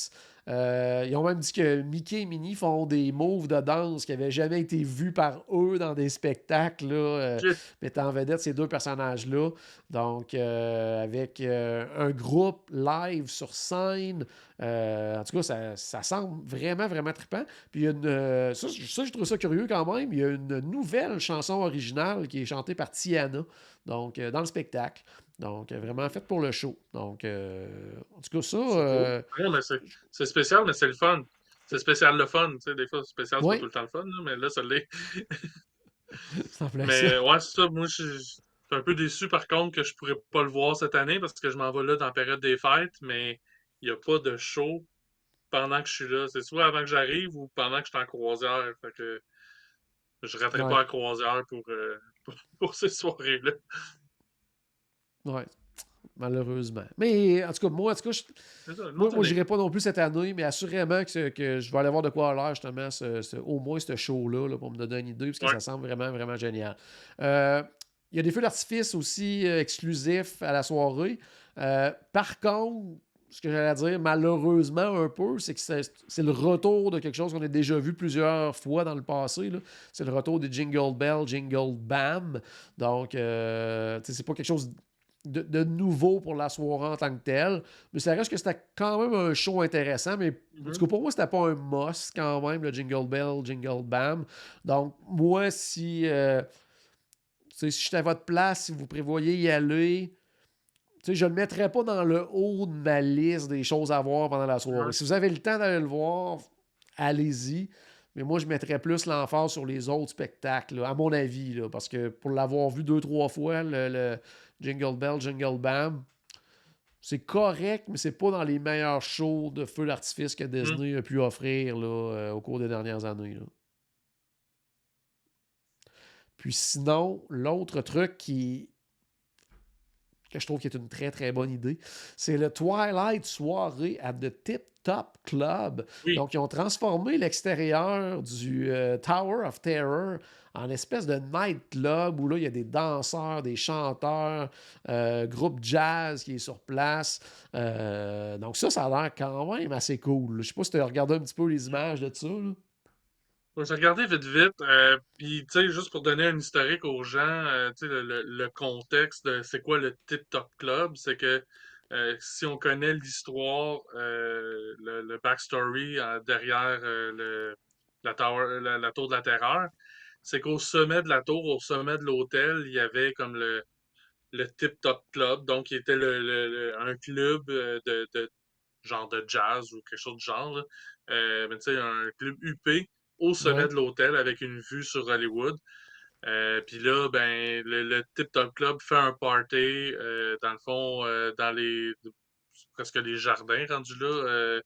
Ils ont même dit que Mickey et Minnie font des moves de danse qui n'avaient jamais été vus par eux dans des spectacles, là, Shit. mettant en vedette ces deux personnages-là. Donc, avec un groupe live sur scène. En tout cas, ça semble vraiment, vraiment trippant. Puis, il y a ça, je trouve ça curieux quand même. Il y a une nouvelle chanson originale qui est chantée par Tiana, donc, dans le spectacle. Donc, vraiment faite pour le show. Donc, en tout cas, ça. C'est cool. Ouais, mais c'est spécial, mais c'est le fun. C'est spécial le fun. Tu sais, des fois, spécial, c'est pas tout Oui, le temps le fun, là, mais là, ça l'est. ça me plaît ça. Mais ouais, c'est ça. Moi, je suis un peu déçu par contre que je pourrais pas le voir cette année parce que je m'en vais là dans la période des fêtes, mais il n'y a pas de show pendant que je suis là. C'est soit avant que j'arrive ou pendant que je suis en croisière. Fait que je raterai pas Ouais, la croisière pour ces soirées-là. ouais, malheureusement. Mais, en tout cas, moi, C'est ça, une moi, autre moi année. j'irai pas non plus cette année, mais assurément que je vais aller voir de quoi avoir l'air, justement, au moins ce show-là, là, pour me donner une idée, parce que Ouais. ça semble vraiment, vraiment génial. Euh, Il y a des feux d'artifice aussi exclusifs à la soirée. Par contre, ce que j'allais dire, malheureusement un peu, c'est que c'est le retour de quelque chose qu'on a déjà vu plusieurs fois dans le passé, là. C'est le retour des Jingle Bell, Jingle Bam. Donc, c'est pas quelque chose de nouveau pour la soirée en tant que telle. Mais ça reste que c'était quand même un show intéressant. Mais en tout Mhm. cas, pour moi, c'était pas un must quand même, le Jingle Bell, Jingle Bam. Donc, moi, si j'étais à votre place, si vous prévoyez y aller, je ne le mettrais pas dans le haut de ma liste des choses à voir pendant la soirée. Ouais. Si vous avez le temps d'aller le voir, allez-y. Mais moi, je mettrais plus l'emphase sur les autres spectacles, là, à mon avis, là, parce que pour l'avoir vu 2, 3 fois, le Jingle Bell, Jingle Bam, c'est correct, mais c'est pas dans les meilleurs shows de feu d'artifice que Mhm. Disney a pu offrir là, au cours des dernières années, là. Puis sinon, l'autre truc que je trouve qui est une très très bonne idée, c'est le Twilight Soirée at the Tip Top Club. Oui. Donc, ils ont transformé l'extérieur du Tower of Terror en espèce de night club où là, il y a des danseurs, des chanteurs, groupe jazz qui est sur place. Donc, ça a l'air quand même assez cool. Je sais pas si tu as regardé un petit peu les images de ça, là. Ouais, j'ai regardé vite vite, puis tu sais, juste pour donner un historique aux gens, tu sais, le contexte de c'est quoi le Tip Top Club, c'est que si on connaît l'histoire, le backstory derrière la tour de la terreur, c'est qu'au sommet de la tour, au sommet de l'hôtel, il y avait comme le Tip Top Club, donc qui était un club de genre de jazz ou quelque chose de genre, là. Mais tu sais, un club huppé au sommet Ouais. de l'hôtel avec une vue sur Hollywood. Puis là, ben, le Tip Top Club fait un party, dans le fond, dans presque les jardins rendus là,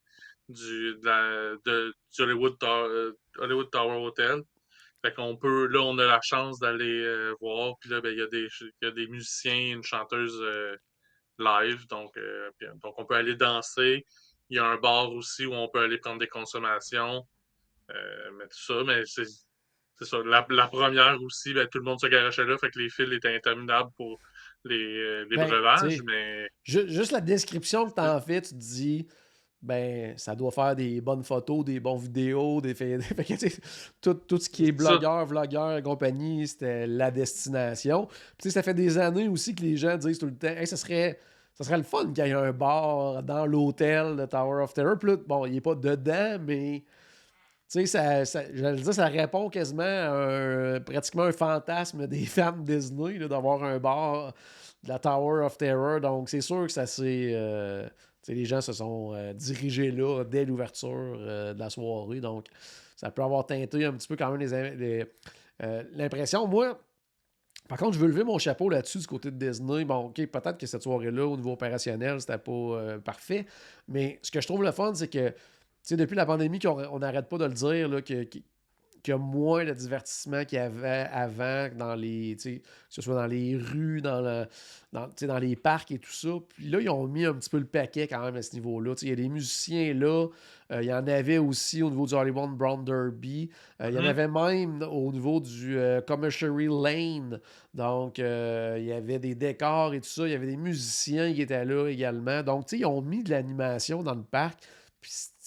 du Hollywood Tower Hotel. Fait qu'on peut, là, on a la chance d'aller voir. Puis là, ben, il y a des musiciens, une chanteuse live. Donc, on peut aller danser. Il y a un bar aussi où on peut aller prendre des consommations. Mais tout ça, mais c'est ça. La première aussi, ben, tout le monde se garochait là. Fait que les fils étaient interminables pour les Ben, tu breuvages. sais, Mais juste la description que tu en fais, tu te dis, ben, ça doit faire des bonnes photos, des bons vidéos, fait que, tu sais, tout ce qui est c'est ça. blogueur, vlogueur et compagnie, c'était la destination. Puis, tu sais, ça fait des années aussi que les gens disent tout le temps, hey, ça serait le fun qu'il y ait un bar dans l'hôtel de Tower of Terror. Puis là, bon, il n'est pas dedans, mais tu sais, j'allais dire, ça répond quasiment à pratiquement un fantasme des fans de Disney, là, d'avoir un bar de la Tower of Terror. Donc, c'est sûr que ça s'est. Tu sais, les gens se sont dirigés là dès l'ouverture de la soirée. Donc, ça peut avoir teinté un petit peu quand même l'impression. Moi, par contre, je veux lever mon chapeau là-dessus du côté de Disney. Bon, OK, peut-être que cette soirée-là, au niveau opérationnel, c'était pas parfait. Mais ce que je trouve le fun, c'est que depuis la pandémie, on n'arrête pas de le dire, là, qu'il y a moins de divertissement qu'il y avait avant dans que ce soit dans les rues, dans les parcs et tout ça. Puis là, ils ont mis un petit peu le paquet quand même à ce niveau-là. Il y a des musiciens là. Il y en avait aussi au niveau du Hollywood Brown Derby. Il y en Mhm. avait même au niveau du Commissary Lane. Donc, il y avait des décors et tout ça. Il y avait des musiciens qui étaient là également. Donc, ils ont mis de l'animation dans le parc. Puis,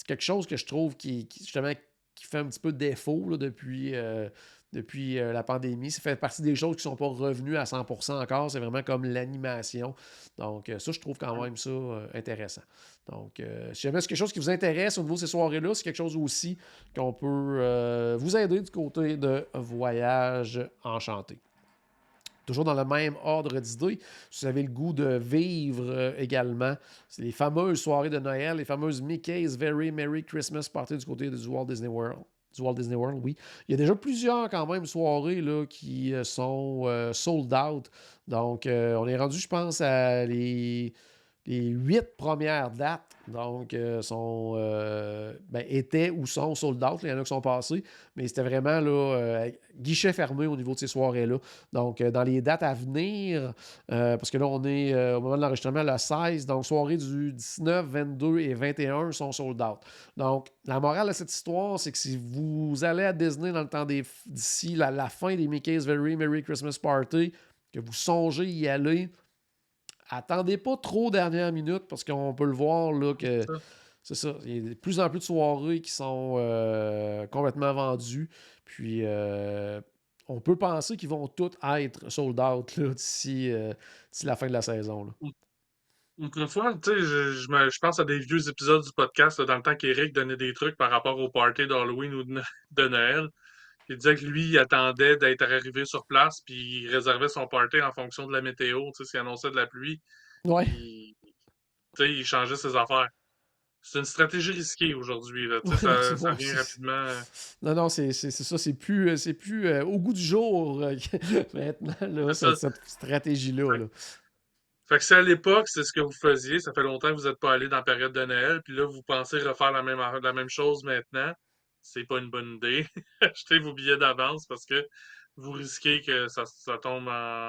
c'est quelque chose que je trouve justement, qui fait un petit peu défaut là, depuis la pandémie. Ça fait partie des choses qui ne sont pas revenues à 100% encore. C'est vraiment comme l'animation. Donc, ça, je trouve quand même ça intéressant. Donc, si jamais c'est quelque chose qui vous intéresse au niveau de ces soirées-là, c'est quelque chose aussi qu'on peut vous aider du côté de Voyage Enchanté. Toujours dans le même ordre d'idées, si vous avez le goût de vivre également, c'est les fameuses soirées de Noël, les fameuses Mickey's Very Merry Christmas Party du côté du Walt Disney World. Du Walt Disney World, oui. Il y a déjà plusieurs quand même soirées là, qui sont sold out. Donc, on est rendu, je pense, à les 8 premières dates. Donc, étaient ou sont sold out. Il y en a qui sont passés. Mais c'était vraiment là, guichet fermé au niveau de ces soirées-là. Donc, dans les dates à venir, parce que là, on est au moment de l'enregistrement le 16. Donc, soirée du 19, 22 et 21 sont sold out. Donc, la morale de cette histoire, c'est que si vous allez à Disney dans le temps d'ici la fin des Mickey's Very Merry Christmas Party, que vous songez y aller, attendez pas trop dernière minute parce qu'on peut le voir là que c'est ça. Il y a de plus en plus de soirées qui sont complètement vendues. Puis on peut penser qu'ils vont toutes être sold out là, d'ici la fin de la saison. Là. Autrefois, tu sais, je pense à des vieux épisodes du podcast là, dans le temps qu'Éric donnait des trucs par rapport au party d'Halloween ou de Noël. Il disait que lui, il attendait d'être arrivé sur place, puis il réservait son party en fonction de la météo. Tu sais, s'il annonçait de la pluie, Ouais. il, tu sais, il changeait ses affaires. C'est une stratégie risquée aujourd'hui. Là. Tu sais, ça vient rapidement. Non, c'est ça. C'est plus au goût du jour maintenant, là, C'est ça. cette stratégie-là. Là. Fait que si à l'époque, c'est ce que vous faisiez, ça fait longtemps que vous n'êtes pas allé dans la période de Noël, puis là, vous pensez refaire la même chose maintenant, c'est pas une bonne idée. Achetez vos billets d'avance parce que vous risquez que ça tombe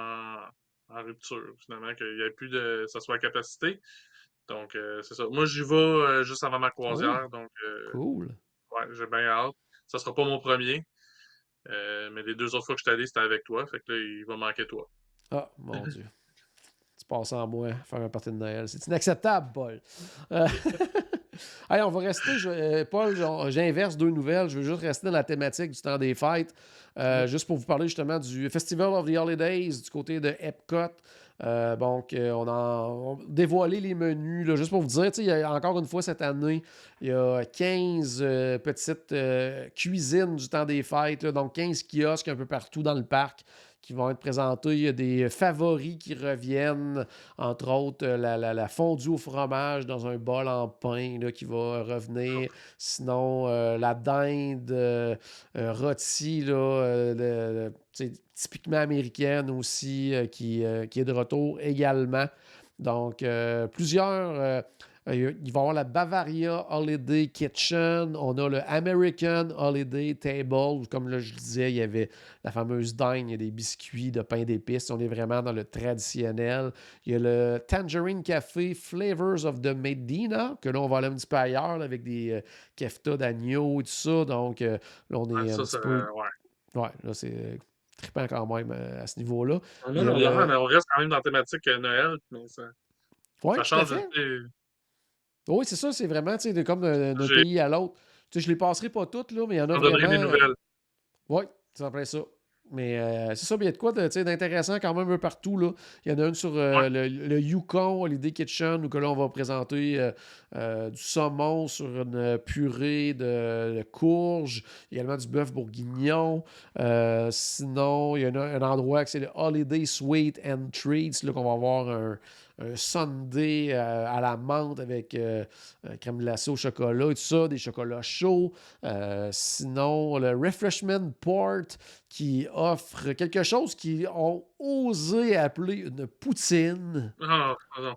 en rupture, finalement, qu'il n'y ait plus de. Ça soit à capacité. Donc, c'est ça. Moi, j'y vais juste avant ma Oh, croisière, donc, cool. ouais, j'ai bien hâte. Ça sera pas mon premier, mais les 2 autres fois que je suis allé, c'était avec toi, fait que là, il va manquer toi. Ah, mon Dieu. Tu passes en moi faire un party de Noël. C'est inacceptable, Paul. Euh, Allez, on va rester, Paul, j'inverse 2 nouvelles. Je veux juste rester dans la thématique du temps des fêtes. Mhm. Juste pour vous parler justement du Festival of the Holidays du côté de Epcot. Donc, on a dévoilé les menus. Là, juste pour vous dire, il y a encore une fois cette année, il y a 15 petites cuisines du temps des fêtes. Là, donc, 15 kiosques un peu partout dans le parc qui vont être présentés. Il y a des favoris qui reviennent, entre autres la fondue au fromage dans un bol en pain là, qui va revenir. Sinon, la dinde rôtie, là, typiquement américaine aussi, qui est de retour également. Donc, plusieurs. Il va y avoir la Bavaria Holiday Kitchen. On a le American Holiday Table. Comme là, je le disais, il y avait la fameuse dinde, il y a des biscuits de pain d'épices. On est vraiment dans le traditionnel. Il y a le Tangerine Café Flavors of the Medina, que là, on va aller un petit peu ailleurs là, avec des keftas d'agneau et tout ça. Donc, là, on Ouais, est un ça, petit peu. ouais. Ouais, là, c'est trippant quand même à ce niveau-là. Non, Il y a non, non, le. mais on reste quand même dans la thématique Noël, mais Oui, ça tout à change. fait. Oui, c'est ça, c'est vraiment comme d'un J'ai pays à l'autre. Je ne les passerai pas toutes, là, mais il y en a j'en donnerai des vraiment. nouvelles. Oui, c'est en plein ça. Mais c'est ça, mais il y a de quoi d'intéressant quand même un peu partout. Là. Il y en a une sur Ouais, le Yukon Holiday Kitchen où que là, on va présenter du saumon sur une purée de courge, également du bœuf bourguignon. Sinon, il y a un endroit que c'est le Holiday Sweet and Treats, là, qu'on va avoir un sundae à la menthe avec crème glacée au chocolat et tout ça, des chocolats chauds. Sinon, le Refreshment Port qui offre quelque chose qu'ils ont osé appeler une poutine. non, non,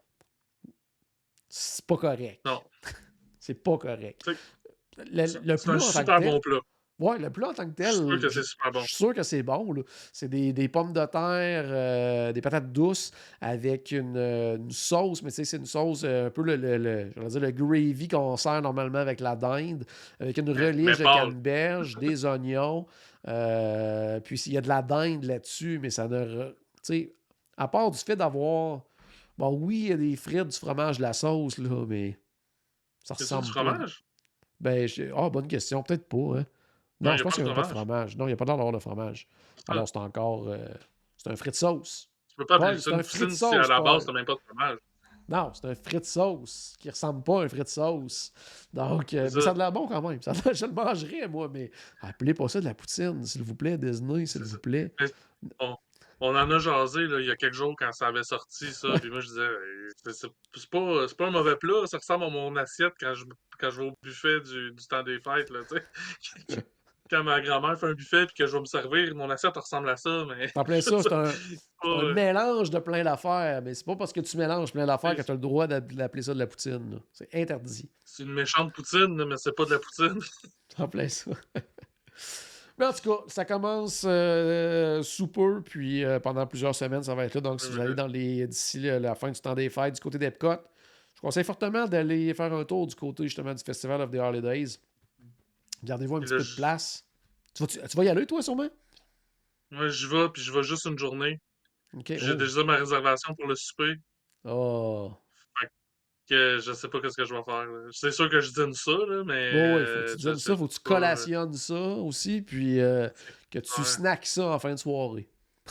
C'est pas correct. non. C'est pas correct. C'est Le c'est un plat en tant que super tel, bon plat. ouais, le plat en tant que Je suis sûr tel, que je c'est super bon. suis sûr que c'est bon. Là. C'est des pommes de terre, des patates douces avec une sauce, mais tu sais, c'est une sauce un peu je vais dire le gravy qu'on sert normalement avec la dinde, avec une Mais relish de pâle. canneberge, des oignons, puis il y a de la dinde là-dessus, mais ça ne. Tu sais, à part du fait d'avoir. Bon, oui, il y a des frites, du fromage, de la sauce, là, mais ça C'est ça du ressemble pas. fromage? Bonne question. Peut-être pas, hein. Non, Non, il je n'y a pense pas qu'il de n'y a même pas de fromage. fromage. Non, il n'y a pas l'air d'avoir de fromage. C'est ça. Alors, c'est encore... c'est un frit sauce. Tu peux pas appeler Paul, ça c'est une un frit poutine si à sauce, la base, Paul. t'as même pas de fromage. Non, c'est un frit sauce qui ressemble pas à un frit sauce. Donc, C'est mais ça ça. a de l'air bon quand même. Je le mangerais, moi, mais appelez pas ça de la poutine, s'il vous plaît, Disney, s'il C'est vous ça. plaît. Mais on en a jasé là, il y a quelques jours quand ça avait sorti, ça. Puis moi, je disais, c'est pas un mauvais plat. Ça ressemble à mon assiette quand je vais au buffet du temps des fêtes. Là, tu sais. Quand ma grand-mère fait un buffet puis que je vais me servir, mon assiette ressemble à ça. Mais En plein je veux ça, dire, c'est un pas, mélange de plein d'affaires, mais c'est pas parce que tu mélanges plein d'affaires que c'est tu as le droit d'appeler ça de la poutine, là. C'est interdit. c'est une méchante poutine, là, mais c'est pas de la poutine. C'est en plein ça. Mais en tout cas, ça commence sous peu, puis pendant plusieurs semaines, ça va être là. Donc, si vous allez d'ici la fin du temps des fêtes du côté d'Epcot, je conseille fortement d'aller faire un tour du côté justement du Festival of the Holidays. Gardez-vous un Puis petit là, peu de place. Tu vas y aller, toi, sûrement? moi, j'y vais, puis je vais juste une journée. OK. Puis j'ai Oh. déjà ma réservation pour le souper. Oh. Fait que je sais pas qu'est-ce que je vais faire. Là. C'est sûr que je dîne ça, là, mais Bon, ouais, faut que tu je donnes sais ça, faut que tu pas. collationnes ça aussi, puis C'est que tu clair. snacks ça en fin de soirée.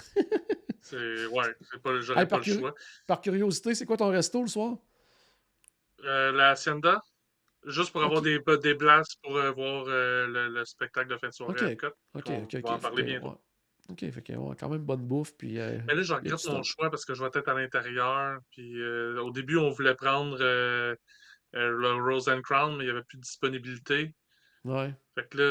Ouais, Hey, j'aurais pas le choix. par curiosité, c'est quoi ton resto le soir? La Hacienda, juste pour avoir OK. des places pour voir le spectacle de fin de soirée OK. à Epcot. OK, On OK, va en OK. Fait parler que, ouais. bientôt. OK, fait que, ouais, quand même bonne bouffe, puis Mais là, je il y a du regrette mon stock. choix parce que je vais être à l'intérieur. Puis au début, on voulait prendre le Rose and Crown, mais il n'y avait plus de disponibilité. Ouais. Fait que là,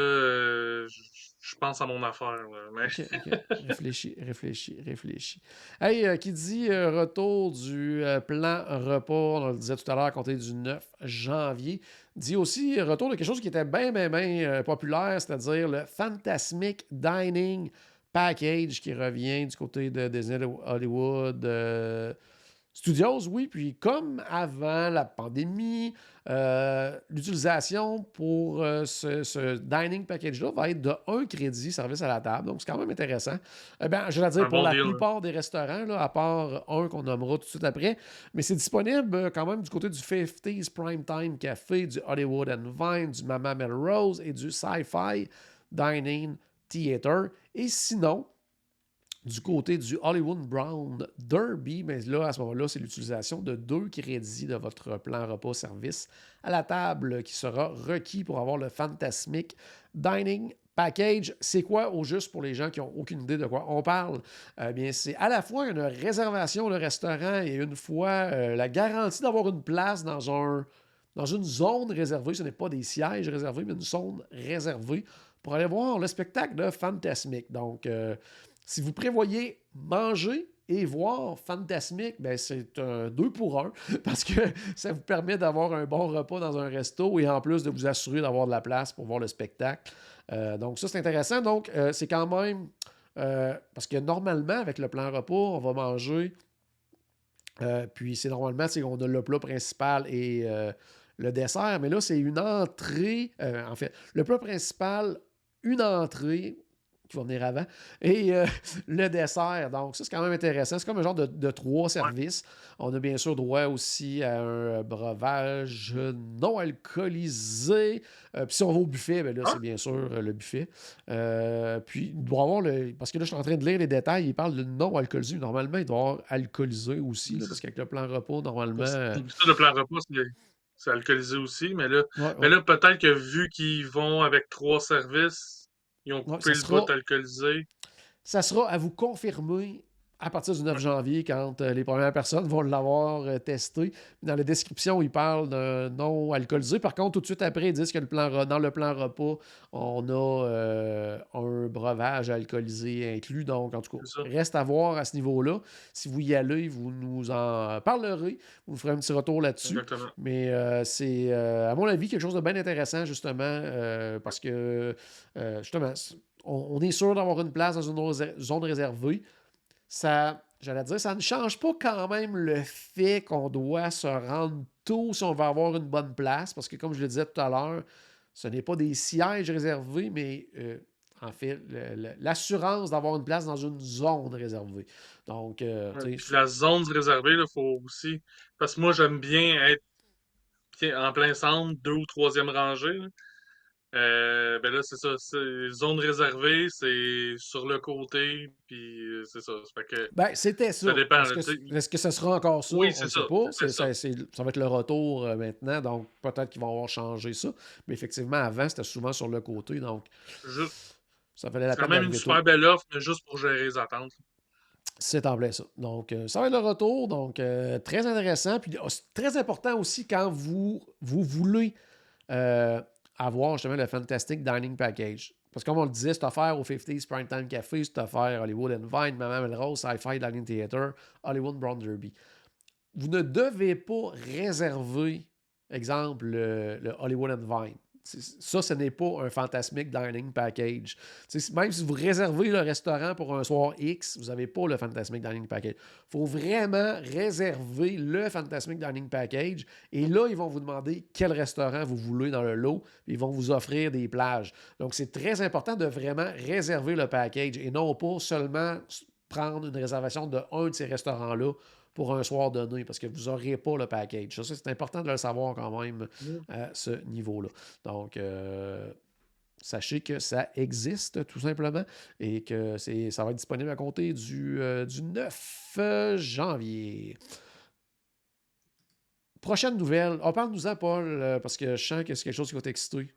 je pense à mon affaire. Là, mais OK, OK. Réfléchis, réfléchis, réfléchis. Hey, qui dit retour du plan repas, on le disait tout à l'heure, à compter du 9 janvier, dit aussi retour de quelque chose qui était bien populaire, c'est-à-dire le Fantasmic Dining Package qui revient du côté de Disney Hollywood Studios, oui. Puis comme avant la pandémie, l'utilisation pour ce dining package-là va être de 1 crédit service à la table. Donc, c'est quand même intéressant. Je vais c'est dire un pour bon la deal. Là. plupart des restaurants, là, à part un qu'on nommera tout de suite après. Mais c'est disponible quand même du côté du 50s Primetime Café, du Hollywood and Vine, du Mama Melrose et du Sci-Fi Dining Theater. Et sinon, du côté du Hollywood Brown Derby, mais là, à ce moment-là, c'est l'utilisation de 2 crédits de votre plan repas-service à la table qui sera requis pour avoir le Fantasmic Dining Package. C'est quoi au juste pour les gens qui n'ont aucune idée de quoi on parle? Bien, c'est à la fois une réservation de restaurant et une fois la garantie d'avoir une place dans une zone réservée. Ce n'est pas des sièges réservés, mais une zone réservée pour aller voir le spectacle de Fantasmic. Donc, si vous prévoyez manger et voir Fantasmic, ben c'est un 2 pour 1 parce que ça vous permet d'avoir un bon repas dans un resto et en plus de vous assurer d'avoir de la place pour voir le spectacle. Donc ça, c'est intéressant. Donc, c'est quand même... parce que normalement, avec le plan repas, on va manger... puis c'est normalement, on a le plat principal et le dessert. Mais là, c'est une entrée... en fait, le plat principal, une entrée qui va venir avant, et le dessert. Donc, ça, c'est quand même intéressant. C'est comme un genre de 3 Ouais. services. On a bien sûr droit aussi à un breuvage non alcoolisé. Puis si on va au buffet, ben là, Ah, c'est bien sûr le buffet. Puis, il doit y avoir parce que là, je suis en train de lire les détails. Il parle de non alcoolisé. Normalement, il doit y avoir alcoolisé aussi, là, parce qu'avec le plan repos, normalement... ça, le plan repas, c'est alcoolisé aussi. ouais, Mais ouais. là peut-être que vu qu'ils vont avec 3 services, ils ont Ouais, coupé le bout alcoolisé. ça sera à vous confirmer à partir du 9 Ouais, janvier, quand les premières personnes vont l'avoir testé. Dans la description, ils parlent d'un non alcoolisé. Par contre, tout de suite après, ils disent que dans le plan repas, on a un breuvage alcoolisé inclus. Donc, en tout cas, c'est ça. reste à voir à ce niveau-là. Si vous y allez, vous nous en parlerez. Vous ferez un petit retour là-dessus. Exactement. Mais c'est, à mon avis, quelque chose de bien intéressant, justement, Ouais. parce que, justement, on est sûr d'avoir une place dans une zone réservée. J'allais dire, ça ne change pas quand même le fait qu'on doit se rendre tôt si on veut avoir une bonne place, parce que comme je le disais tout à l'heure, ce n'est pas des sièges réservés, mais en fait, l'assurance d'avoir une place dans une zone réservée. Donc, Ouais. tu Puis sais, la zone réservée, il faut aussi. Parce que moi, j'aime bien être qui est en plein centre, 2 ou 3e rangée, là. Ben là, c'est ça. C'est zone réservée, c'est sur le côté, puis c'est ça. Ça fait que Ben, c'était ça. ça dépend, là, tu sais. Est-ce que ça sera encore ça? Oui, On c'est ne ça. sait pas. C'était ça. Ça va être le retour maintenant, donc peut-être qu'ils vont avoir changé ça. Mais effectivement, avant, c'était souvent sur le côté, donc Juste, ça valait la c'est quand peine même une d'arriver tôt. super belle offre, mais juste pour gérer les attentes. C'est en plein ça. Donc, ça va être le retour. Donc, très intéressant. Puis, c'est très important aussi quand vous voulez avoir justement le Fantastic Dining Package. Parce que comme on le disait, c'est offert au 50s Primetime Café, c'est offert Hollywood and Vine, Maman Melrose, Sci-Fi Dining Theater, Hollywood Brown Derby. Vous ne devez pas réserver, exemple, le Hollywood and Vine. Ça, ce n'est pas un Fantasmic Dining Package. Même si vous réservez le restaurant pour un soir X, vous n'avez pas le Fantasmic Dining Package. Il faut vraiment réserver le Fantasmic Dining Package. Et là, ils vont vous demander quel restaurant vous voulez dans le lot. Ils vont vous offrir des plages. Donc, c'est très important de vraiment réserver le package et non pas seulement prendre une réservation de un de ces restaurants-là pour un soir donné, parce que vous n'aurez pas le package. Ça, c'est important de le savoir quand même à ce niveau-là. Donc, sachez que ça existe tout simplement et que ça va être disponible à compter du 9 janvier. Prochaine nouvelle. Parle-nous-en, Paul, parce que je sens que c'est quelque chose qui va t'exciter.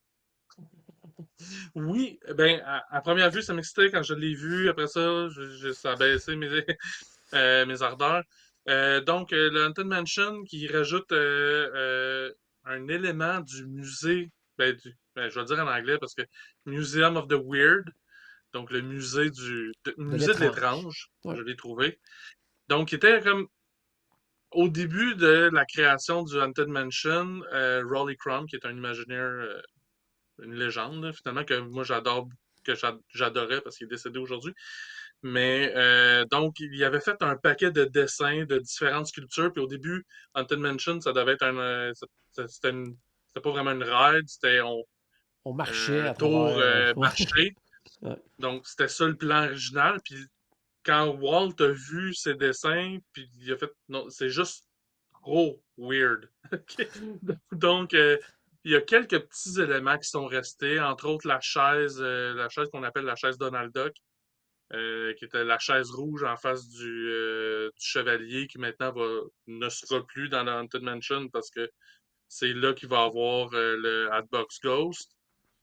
Oui, ben, à première vue, ça m'excitait quand je l'ai vu. Après ça, ça a baissé mes ardeurs. Donc, le Haunted Mansion qui rajoute un élément du musée, je vais dire en anglais parce que Museum of the Weird, donc le De musée de l'étrange. l'étrange, Ouais. je l'ai trouvé. Donc, il était comme au début de la création du Haunted Mansion, Rolly Crumb, qui est un imaginaire, une légende, là, finalement, que moi j'adorais parce qu'il est décédé aujourd'hui. Mais donc, il avait fait un paquet de dessins de différentes sculptures. Puis au début, Haunted Mansion, ça devait être c'était pas vraiment une ride, c'était On marchait un à tour travers. marché. Ouais. Donc, c'était ça le plan original. Puis quand Walt a vu ses dessins, puis il a fait, non, c'est juste trop weird. Donc, il y a quelques petits éléments qui sont restés, entre autres la chaise qu'on appelle la chaise Donald Duck, qui était la chaise rouge en face du chevalier, qui maintenant ne sera plus dans la Haunted Mansion parce que c'est là qu'il va avoir le Hatbox Ghost.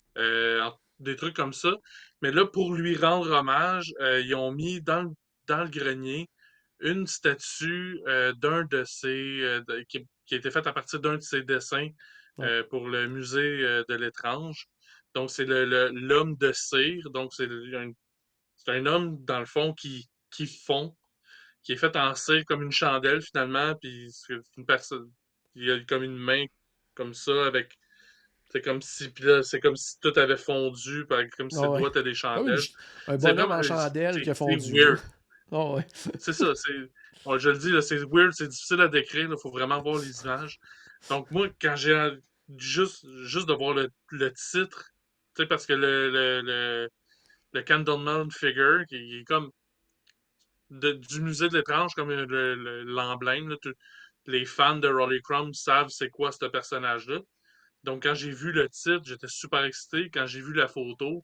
Des trucs comme ça. Mais là, pour lui rendre hommage, ils ont mis dans le grenier une statue d'un de ses qui a été faite à partir d'un de ses dessins Ouais. pour le musée de l'étrange. Donc, c'est l'homme de cire. Donc, c'est un homme, dans le fond, qui fond, qui est fait en cire comme une chandelle, finalement. Puis, c'est une personne. Il a comme une main comme ça, avec. C'est comme si. Puis là, c'est comme si tout avait fondu, comme si ses Ah ouais. doigts étaient des Comme chandelles. un C'est bonhomme vraiment. en chandelle qui a C'est fondu. weird. Ah ouais. C'est ça. Je le dis, là, c'est weird, c'est difficile à décrire. Il faut vraiment voir les images. Donc, moi, quand j'ai juste de voir le titre, tu sais, parce que le Candleman Figure, qui est comme du musée de l'étrange, comme l'emblème. Là, les fans de Rolly Crumb savent c'est quoi ce personnage-là. Donc, quand j'ai vu le titre, j'étais super excité. Quand j'ai vu la photo,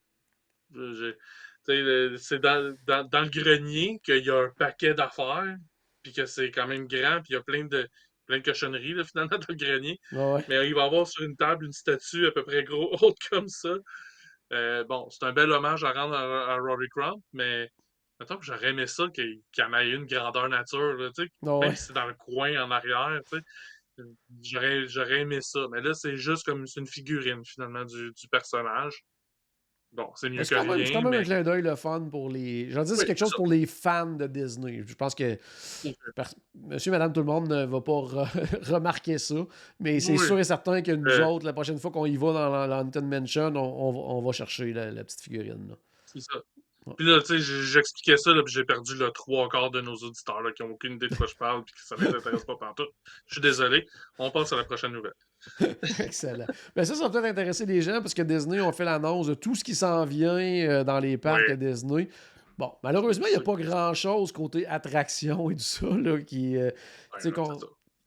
c'est dans le grenier qu'il y a un paquet d'affaires, puis que c'est quand même grand, puis il y a plein de cochonneries, là, finalement, dans le grenier. Ah ouais. Mais il va y avoir sur une table une statue à peu près gros, haute comme ça. Bon, c'est un bel hommage à rendre à Rory Crumb, mais mettons que j'aurais aimé ça qu'il en ait une grandeur nature, là, tu sais, Ah même ouais. si c'est dans le coin en arrière, tu sais, j'aurais aimé ça. Mais là, c'est juste comme c'est une figurine, finalement, du personnage. Bon, c'est Mais mieux c'est que c'est quand rien, même un mais clin d'œil le fun pour les. Je veux dire, oui, c'est quelque c'est chose ça. pour les fans de Disney. Je pense que monsieur, madame, tout le monde ne va pas remarquer ça. Mais c'est Oui, sûr et certain que nous euh, autres, la prochaine fois qu'on y va dans la Haunted Mansion, on va chercher la petite figurine. Là. c'est ça. Ouais. Puis là, tu sais, j'expliquais ça, là, puis j'ai perdu le trois quarts de nos auditeurs, là, qui n'ont aucune idée de quoi je parle, puis que ça les intéresse pas pantoute. Je suis désolé. On passe à la prochaine nouvelle. Excellent. Ben ça va peut-être intéresser les gens parce que Disney ont fait l'annonce de tout ce qui s'en vient dans les parcs Oui, à Disney. Bon, malheureusement, il n'y a oui, pas grand-chose côté attraction et tout ça là, qui. Tu ouais, sais, non, c'est ça.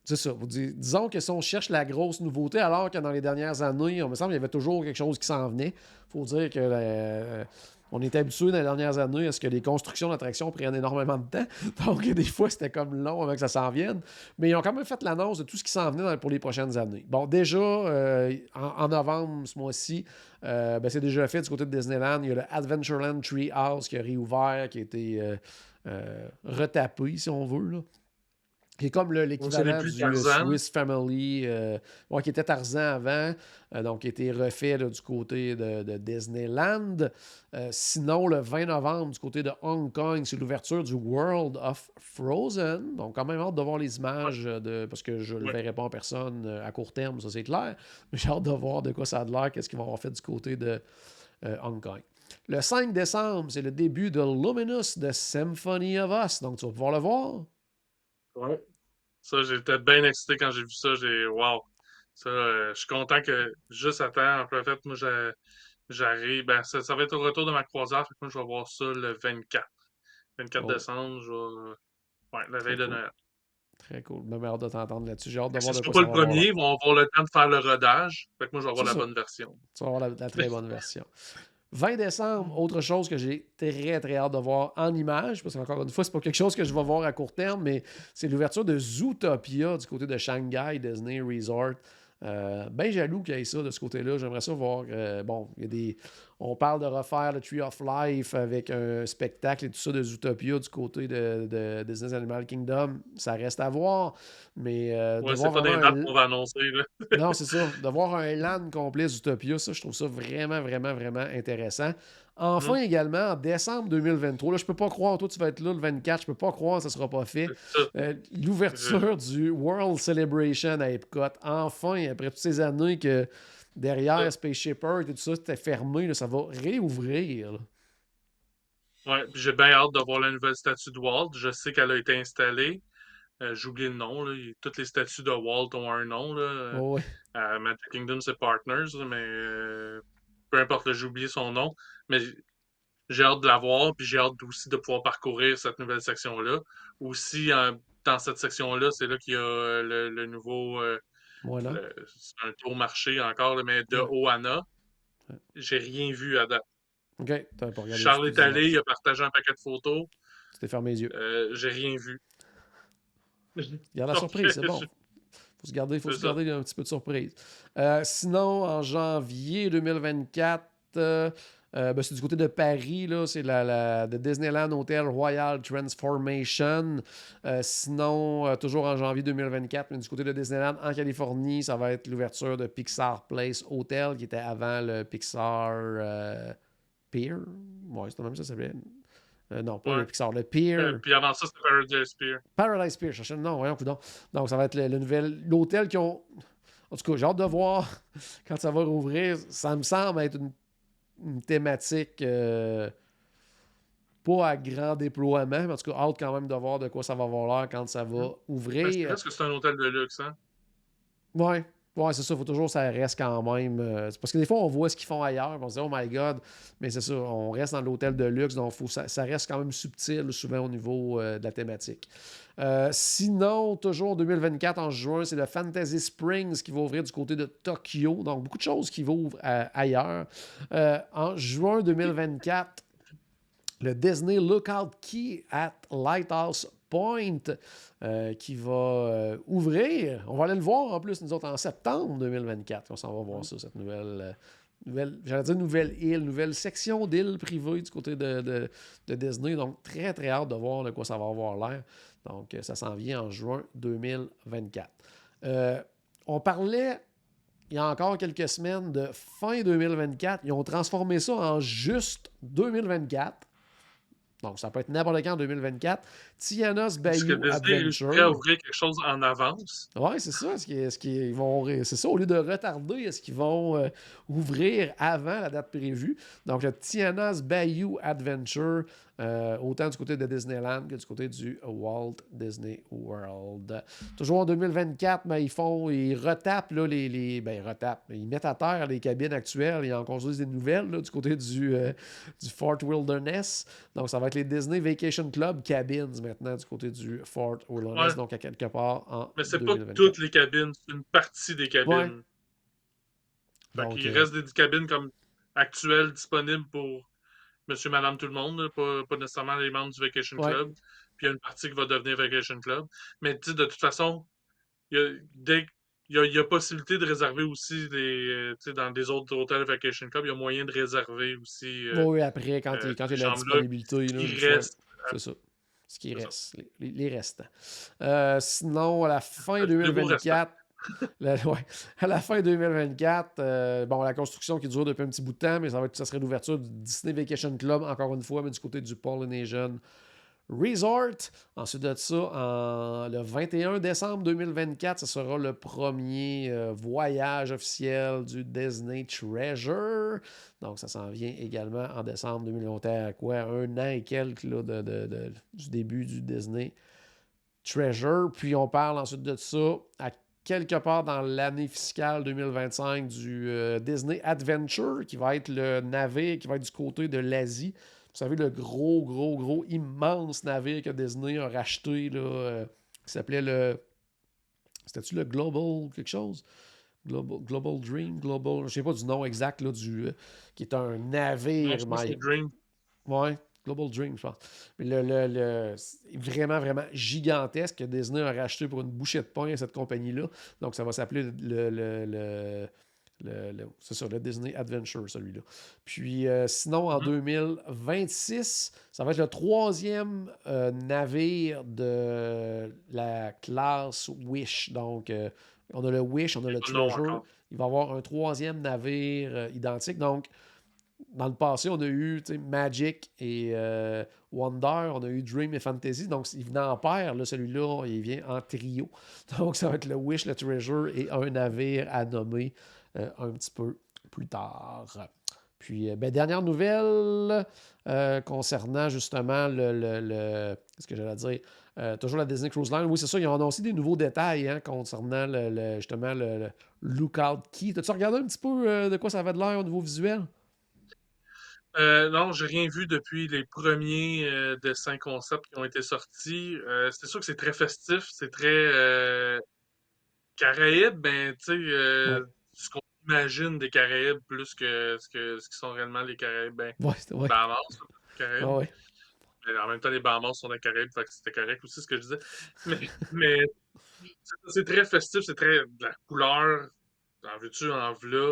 C'est ça. Disons que si on cherche la grosse nouveauté, alors que dans les dernières années, on me semble qu'il y avait toujours quelque chose qui s'en venait. Il faut dire que on était habitué dans les dernières années à ce que les constructions d'attractions prennent énormément de temps. Donc, des fois, c'était comme long avant que ça s'en vienne. Mais ils ont quand même fait l'annonce de tout ce qui s'en venait pour les prochaines années. Bon, déjà, en novembre, ce mois-ci, c'est déjà fait du côté de Disneyland. Il y a le Adventureland Treehouse qui a réouvert, qui a été retapé, si on veut, là. Qui est comme l'équivalent du Swiss Family, qui était Tarzan avant, donc qui a été refait là, du côté de Disneyland. Sinon, le 20 novembre, du côté de Hong Kong, c'est l'ouverture du World of Frozen. Donc, quand même hâte de voir les images, parce que je ne le verrai pas en personne à court terme, ça c'est clair. Mais j'ai hâte de voir de quoi ça a l'air, qu'est-ce qu'ils vont avoir fait du côté de Hong Kong. Le 5 décembre, c'est le début de Luminous de Symphony of Us. Donc, tu vas pouvoir le voir. Ouais. Ça, j'étais bien excité quand j'ai vu ça. Wow! Ça, je suis content que juste à temps, en fait, moi, j'arrive. Ben, ça va être au retour de ma croisière. Fait que moi, je vais voir ça le 24 décembre. La veille de Noël. Très cool. Même hâte de t'entendre là-dessus. J'ai hâte de voir de Ce quoi sera ça pas va le premier. Ils vont avoir le temps de faire le rodage. Fait que moi, je vais avoir la bonne version. Tu vas avoir la très bonne version. 20 décembre, autre chose que j'ai très, très hâte de voir en images, parce qu'encore une fois, c'est pas quelque chose que je vais voir à court terme, mais c'est l'ouverture de Zootopia du côté de Shanghai Disney Resort. Ben jaloux qu'il y ait ça de ce côté-là. J'aimerais ça voir. On parle de refaire le Tree of Life avec un spectacle et tout ça de Zootopia du côté de Disney's Animal Kingdom. Ça reste à voir. Mais c'est pas des dates qu'on va annoncer. Là. Non, c'est ça. De voir un land complet Zootopia, ça, je trouve ça vraiment, vraiment, vraiment intéressant. Enfin, également, en décembre 2023, là, je peux pas croire, toi, tu vas être là le 24, je peux pas croire que ça sera pas fait. L'ouverture du World Celebration à Epcot. Enfin, après toutes ces années que derrière Spaceship Earth et tout ça, c'était fermé, là, ça va réouvrir. Là. Ouais, puis j'ai bien hâte de voir la nouvelle statue de Walt. Je sais qu'elle a été installée. J'oublie le nom. Là. Toutes les statues de Walt ont un nom. Là. Oh, oui. Magic Kingdom, c'est Partners, là, mais peu importe, j'ai oublié son nom. Mais j'ai hâte de la voir, puis j'ai hâte aussi de pouvoir parcourir cette nouvelle section-là. Aussi, dans cette section-là, c'est là qu'il y a le nouveau. Voilà. C'est un tour marché encore, là, mais de Ohana. J'ai rien vu à date. OK. T'avais pas regardé Charles est allé, il a partagé un paquet de photos. Tu t'es fermé les yeux. J'ai rien vu. Garde la surprise, c'est bon. Faut se garder un petit peu de surprise. Sinon, en janvier 2024, c'est du côté de Paris, là, c'est de Disneyland Hotel Royal Transformation. Sinon, toujours en janvier 2024, mais du côté de Disneyland en Californie, ça va être l'ouverture de Pixar Place Hotel, qui était avant le Pixar Pier. Ouais, c'était même ça s'appelait. Non, pas le Pixar, le Pier. Puis avant ça, c'était Paradise Pier. Paradise Pier, je cherchais le nom, voyons, coudonc. Donc, ça va être l'hôtel qui ont. En tout cas, j'ai hâte de voir quand ça va rouvrir. Ça me semble être une thématique pas à grand déploiement, mais en tout cas, hâte quand même de voir de quoi ça va avoir l'air quand ça va ouvrir. Est-ce que c'est un hôtel de luxe, hein? Ouais. Ouais, c'est ça, il faut toujours que ça reste quand même. C'est parce que des fois, on voit ce qu'ils font ailleurs, on se dit, oh my god, mais c'est ça, on reste dans l'hôtel de luxe, donc ça reste quand même subtil, souvent au niveau de la thématique. Sinon, toujours en 2024, en juin, c'est le Fantasy Springs qui va ouvrir du côté de Tokyo, donc beaucoup de choses qui vont ouvrir ailleurs. En juin 2024, le Disney Lookout Key at Lighthouse Point qui va ouvrir. On va aller le voir en plus, nous autres, en septembre 2024. On s'en va voir ça, cette nouvelle île, nouvelle section d'île privée du côté de Disney. Donc, très, très hâte de voir de quoi ça va avoir l'air. Donc, ça s'en vient en juin 2024. On parlait, il y a encore quelques semaines, de fin 2024. Ils ont transformé ça en juste 2024. Donc, ça peut être n'importe quand en 2024. Tiana's Bayou Adventure. Est-ce ouvrir quelque chose en avance? Oui, c'est ça. C'est ça, au lieu de retarder, est-ce qu'ils vont ouvrir avant la date prévue? Donc, le Tiana's Bayou Adventure, autant du côté de Disneyland que du côté du Walt Disney World. Toujours en 2024, mais ils retapent là, ils mettent à terre les cabines actuelles et en construisent des nouvelles là, du côté du Fort Wilderness. Donc, ça va va être les Disney Vacation Club Cabins maintenant du côté du Fort Wilderness, Ouais, donc à quelque part en mais c'est pas 2024. toutes les cabines, c'est une partie des Ouais, cabines. Fait donc qu'il reste des cabines comme actuelles disponibles pour monsieur, madame, tout le monde, là, pas nécessairement les membres du Vacation ouais. Club. Puis il y a une partie qui va devenir Vacation Club. Mais tu sais, de toute façon, dès il y a possibilité de réserver aussi tu sais, dans des autres hôtels Vacation Club, il y a moyen de réserver aussi Oui, après, quand il y ces a la chambres-là. disponibilité, Ce là, qui une fois, reste, c'est ça. Ce qui c'est ça. reste, les restants. Sinon, à la fin Les beaux restants. 2024, ouais, à la fin 2024, bon, la construction qui dure depuis un petit bout de temps, mais ça serait l'ouverture du Disney Vacation Club, encore une fois, mais du côté du Polynesian Resort. Ensuite de ça, le 21 décembre 2024, ce sera le premier voyage officiel du Disney Treasure. Donc, ça s'en vient également en décembre 2021, à quoi? Un an et quelques là, du début du Disney Treasure. Puis, on parle ensuite de ça à quelque part dans l'année fiscale 2025 du Disney Adventure, qui va être le navire qui va être du côté de l'Asie. Vous savez, le gros, immense navire que Disney a racheté, là, qui s'appelait le... C'était-tu le Global quelque chose? Global Dream? Je ne sais pas du nom exact, là, qui est un Non, navire, je pense que c'est Dream. ouais, Global Dream, je pense. Mais c'est vraiment, vraiment gigantesque que Disney a racheté pour une bouchée de pain à cette compagnie-là. Donc, ça va s'appeler c'est ça, le Disney Adventure, celui-là. Puis, sinon, en Mhm. 2026, ça va être le troisième navire de la classe Wish. Donc, on a le Wish, on a le Non, Treasure. encore. Il va y avoir un troisième navire identique. Donc, dans le passé, on a eu Magic et Wonder, on a eu Dream et Fantasy. Donc, il venait en paire. Là, celui-là, il vient en trio. Donc, ça va être le Wish, le Treasure et un navire à nommer un petit peu plus tard. Puis, dernière nouvelle concernant justement qu'est-ce que j'allais dire? Toujours la Disney Cruise Line. Oui, c'est ça, ils ont annoncé des nouveaux détails concernant justement le Lookout Key. T'as-tu regardé un petit peu de quoi ça avait de l'air au niveau visuel? Non, j'ai rien vu depuis les premiers dessins concepts qui ont été sortis. C'est sûr que c'est très festif, c'est très Caraïbes, ben, tu sais, Ouais. ce qu'on imagine des Caraïbes plus que ce qui sont réellement les Caraïbes, ben, Ouais, les ouais. Bahamas, là, les Ah Caraïbes. ouais. Mais en même temps, les Bahamas sont des Caraïbes, fait que c'était correct aussi ce que je disais. Mais c'est très festif, c'est très de la couleur, en veux-tu, en v'là.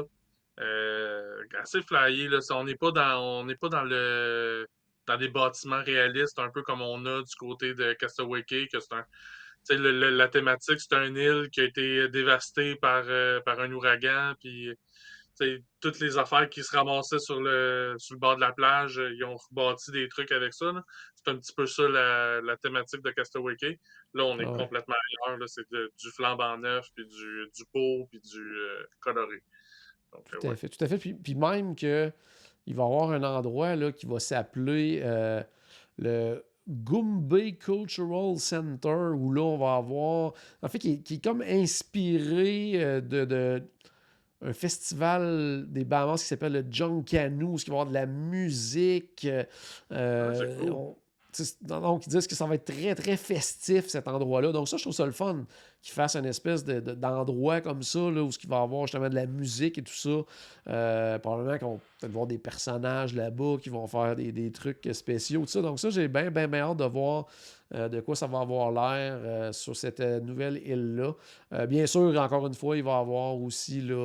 Assez flyé, là. On n'est pas dans des bâtiments réalistes, un peu comme on a du côté de Castaway Cay, que c'est un, tu sais, la thématique, c'est une île qui a été dévastée par un ouragan, puis tu sais, toutes les affaires qui se ramassaient sur le bord de la plage, ils ont rebâti des trucs avec ça, là. C'est un petit peu ça la thématique de Castaway Cay. Là, on est Ah ouais. complètement ailleurs, là. C'est du flambant neuf, puis du beau, puis du coloré. Donc, Tout à ouais. fait. Tout à fait. Puis même que il va y avoir un endroit là, qui va s'appeler le Goombay Cultural Center, où là, on va avoir. En fait, qui est comme inspiré de un festival des Bahamas qui s'appelle le Junkanoo, où il va y avoir de la musique. Ah, c'est Euh, cool. on- donc, ils disent que ça va être très, très festif, cet endroit-là. Donc, ça, je trouve ça le fun qu'ils fassent une espèce d'endroit comme ça, là, où il va y avoir justement de la musique et tout ça. Probablement qu'on va peut-être voir des personnages là-bas qui vont faire des trucs spéciaux, tout ça. Donc, ça, j'ai bien, bien, bien hâte de voir de quoi ça va avoir l'air sur cette nouvelle île-là. Bien sûr, encore une fois, il va y avoir aussi là,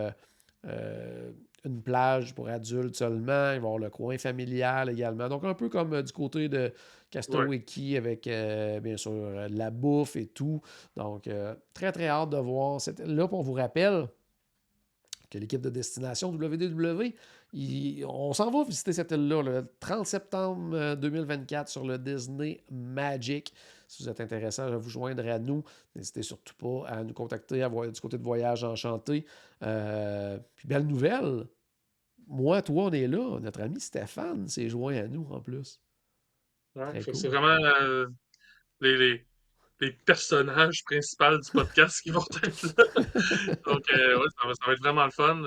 une plage pour adultes seulement. Il va y avoir le coin familial également. Donc, un peu comme du côté de Ouais. Castaway Cay avec, bien sûr, de la bouffe et tout. Donc, très, très hâte de voir cette île-là. Puis on vous rappelle que l'équipe de destination WDW, on s'en va visiter cette île-là le 30 septembre 2024 sur le Disney Magic. Si vous êtes intéressé à vous joindre à nous, n'hésitez surtout pas à nous contacter du côté de Voyage Enchanté. Puis belle nouvelle, moi, toi, on est là. Notre ami Stéphane s'est joint à nous en plus. Ouais. Très Fait que c'est cool. vraiment les, les, les personnages principaux du podcast qui vont être là. Donc, ouais, ça va être vraiment le fun.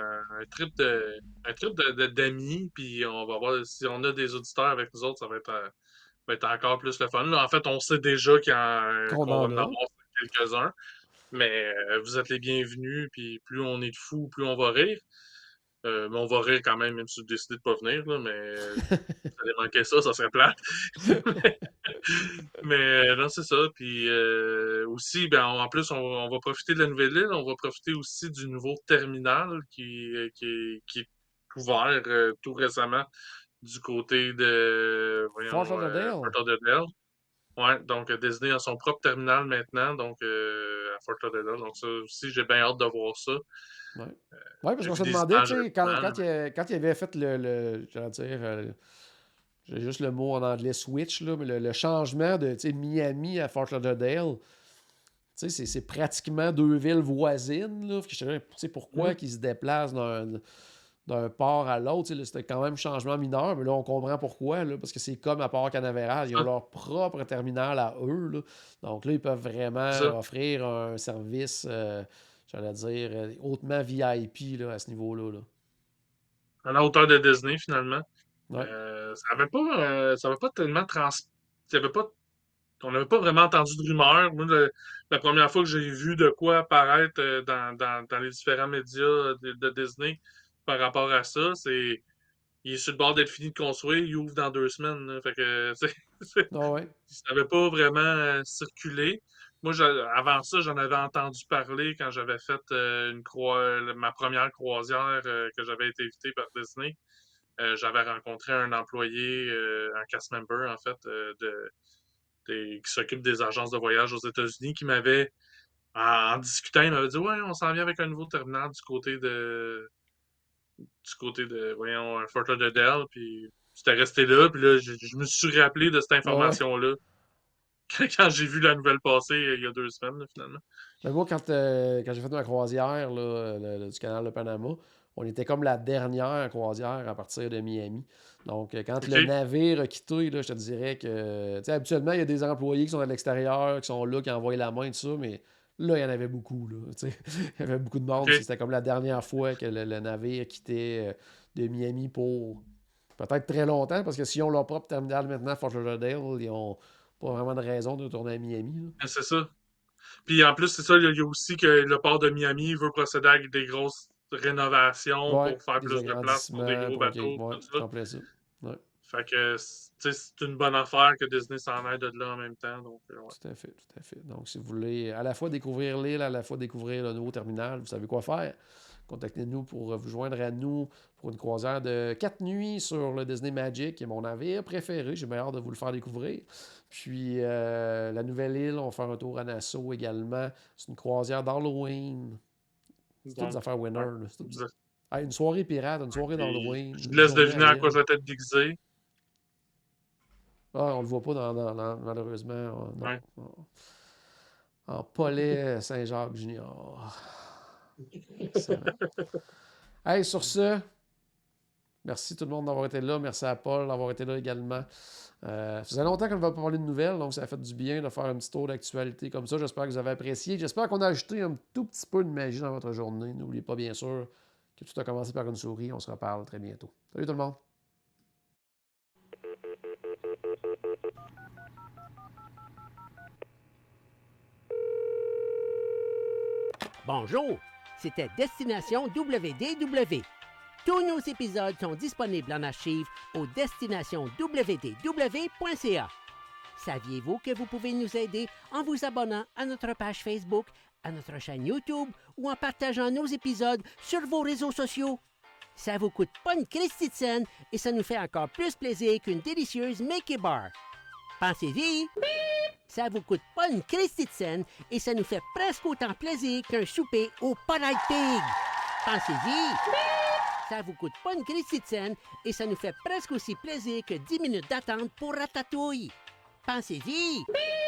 Un trip d'amis, puis on va voir si on a des auditeurs avec nous autres, ça va être encore plus le fun. Là, en fait, on sait déjà Qu'on qu'on va en en a. avoir quelques-uns, mais vous êtes les bienvenus, puis plus on est de fous, plus on va rire. Mais on va rire quand même si vous décidez de pas venir, là, mais vous allez manquer ça, ça serait plate. Mais non, c'est ça. Puis aussi, ben, en plus, on va profiter de la nouvelle île. On va profiter aussi du nouveau terminal qui est ouvert tout récemment du côté de, Fort voyons, Lauderdale. Fort Lauderdale. Ouais, donc Disney a son propre terminal maintenant, donc à Fort Lauderdale. Donc ça aussi, j'ai bien hâte de voir ça. Ouais. Ouais, parce J'ai qu'on vu se des demandait, images tu sais, quand, récemment. quand il avait fait j'allais dire, j'ai juste le mot en anglais switch, là, mais le changement de tu sais, Miami à Fort Lauderdale, tu sais, c'est pratiquement deux villes voisines. Là. Je sais pourquoi Mhm. qu'ils se déplacent d'un port à l'autre. Tu sais, là, c'était quand même un changement mineur, mais là, on comprend pourquoi. Là, parce que c'est comme à Port Canaveral. Ils ont Ça, leur propre terminal à eux. Là. Donc là, ils peuvent vraiment ça. offrir un service, j'allais dire, hautement VIP là, à ce niveau-là. Là. À la hauteur de Disney, finalement. Ouais. Ça avait pas tellement il y avait pas, on n'avait pas vraiment entendu de rumeurs. Moi, la première fois que j'ai vu de quoi apparaître dans les différents médias de Disney par rapport à ça, c'est il est sur le bord d'être fini de construire, il ouvre dans 2 semaines. Là. Fait que, Ah ouais. ça n'avait pas vraiment circulé. Moi, avant ça, j'en avais entendu parler quand j'avais fait ma première croisière que j'avais été invité par Disney. J'avais rencontré un employé, un cast member, en fait, qui s'occupe des agences de voyage aux États-Unis, qui m'avait, en discutant, il m'avait dit ouais, on s'en vient avec un nouveau terminal voyons, Fort Lauderdale, puis c'était resté là, puis là, je me suis rappelé de cette Ah ouais. information-là quand j'ai vu la nouvelle passer il y a 2 semaines, là, finalement. Mais moi, quand j'ai fait ma croisière là, du canal de Panama, on était comme la dernière croisière à partir de Miami. Donc, quand OK. le navire a quitté, là, je te dirais que, tu sais, habituellement, il y a des employés qui sont à l'extérieur, qui sont là, qui envoient la main, tout ça, mais là, il y en avait beaucoup, là, tu sais. Il y avait beaucoup de monde. OK. C'était comme la dernière fois que le navire quittait de Miami pour peut-être très longtemps, parce que s'ils ont leur propre terminal maintenant à Fort Lauderdale, ils n'ont pas vraiment de raison de tourner à Miami, là. C'est ça. Puis en plus, c'est ça, il y a aussi que le port de Miami veut procéder à des grosses rénovations Ouais, pour faire des plus de place pour des agrandissements, gros pour OK, bateaux, ouais, tout c'est ça. en plein ça. Ouais, Fait que, tu sais, c'est une bonne affaire que Disney s'en aide de là en même temps. Donc, ouais. tout à fait, tout à fait. Donc, si vous voulez à la fois découvrir l'île, à la fois découvrir le nouveau terminal, vous savez quoi faire. Contactez-nous pour vous joindre à nous pour une croisière de 4 nuits sur le Disney Magic, qui est mon navire préféré. J'ai bien hâte de vous le faire découvrir. Puis, la nouvelle île, on va faire un tour à Nassau également. C'est une croisière d'Halloween. C'est toutes des Donc, affaires winner. ouais. Là. Ah, une soirée pirate, une soirée Puis, d'Halloween, je te une laisse journée à deviner à quoi l'île. je vais être déguisé. Ah, on le voit pas malheureusement. Non. Ouais. En Paulet Saint-Jacques Junior. Excellent. Hey, sur ce, merci tout le monde d'avoir été là. Merci à Paul d'avoir été là également. Ça faisait longtemps qu'on ne va pas parler de nouvelles, donc ça a fait du bien de faire un petit tour d'actualité comme ça. J'espère que vous avez apprécié. J'espère qu'on a ajouté un tout petit peu de magie dans votre journée. N'oubliez pas, bien sûr, que tout a commencé par une souris. On se reparle très bientôt. Salut tout le monde. Bonjour, c'était Destination WDW. Tous nos épisodes sont disponibles en archive au destinationwdw.ca. Saviez-vous que vous pouvez nous aider en vous abonnant à notre page Facebook, à notre chaîne YouTube ou en partageant nos épisodes sur vos réseaux sociaux? Ça vous coûte pas une Christie de scène et ça nous fait encore plus plaisir qu'une délicieuse Mickey Bar. Pensez-y! Ça vous coûte pas une Christie de scène et ça nous fait presque autant plaisir qu'un souper au Polite Pig. Pensez-y! Ça vous coûte pas une Christie de scène et ça nous fait presque aussi plaisir que 10 minutes d'attente pour Ratatouille. Pensez-y!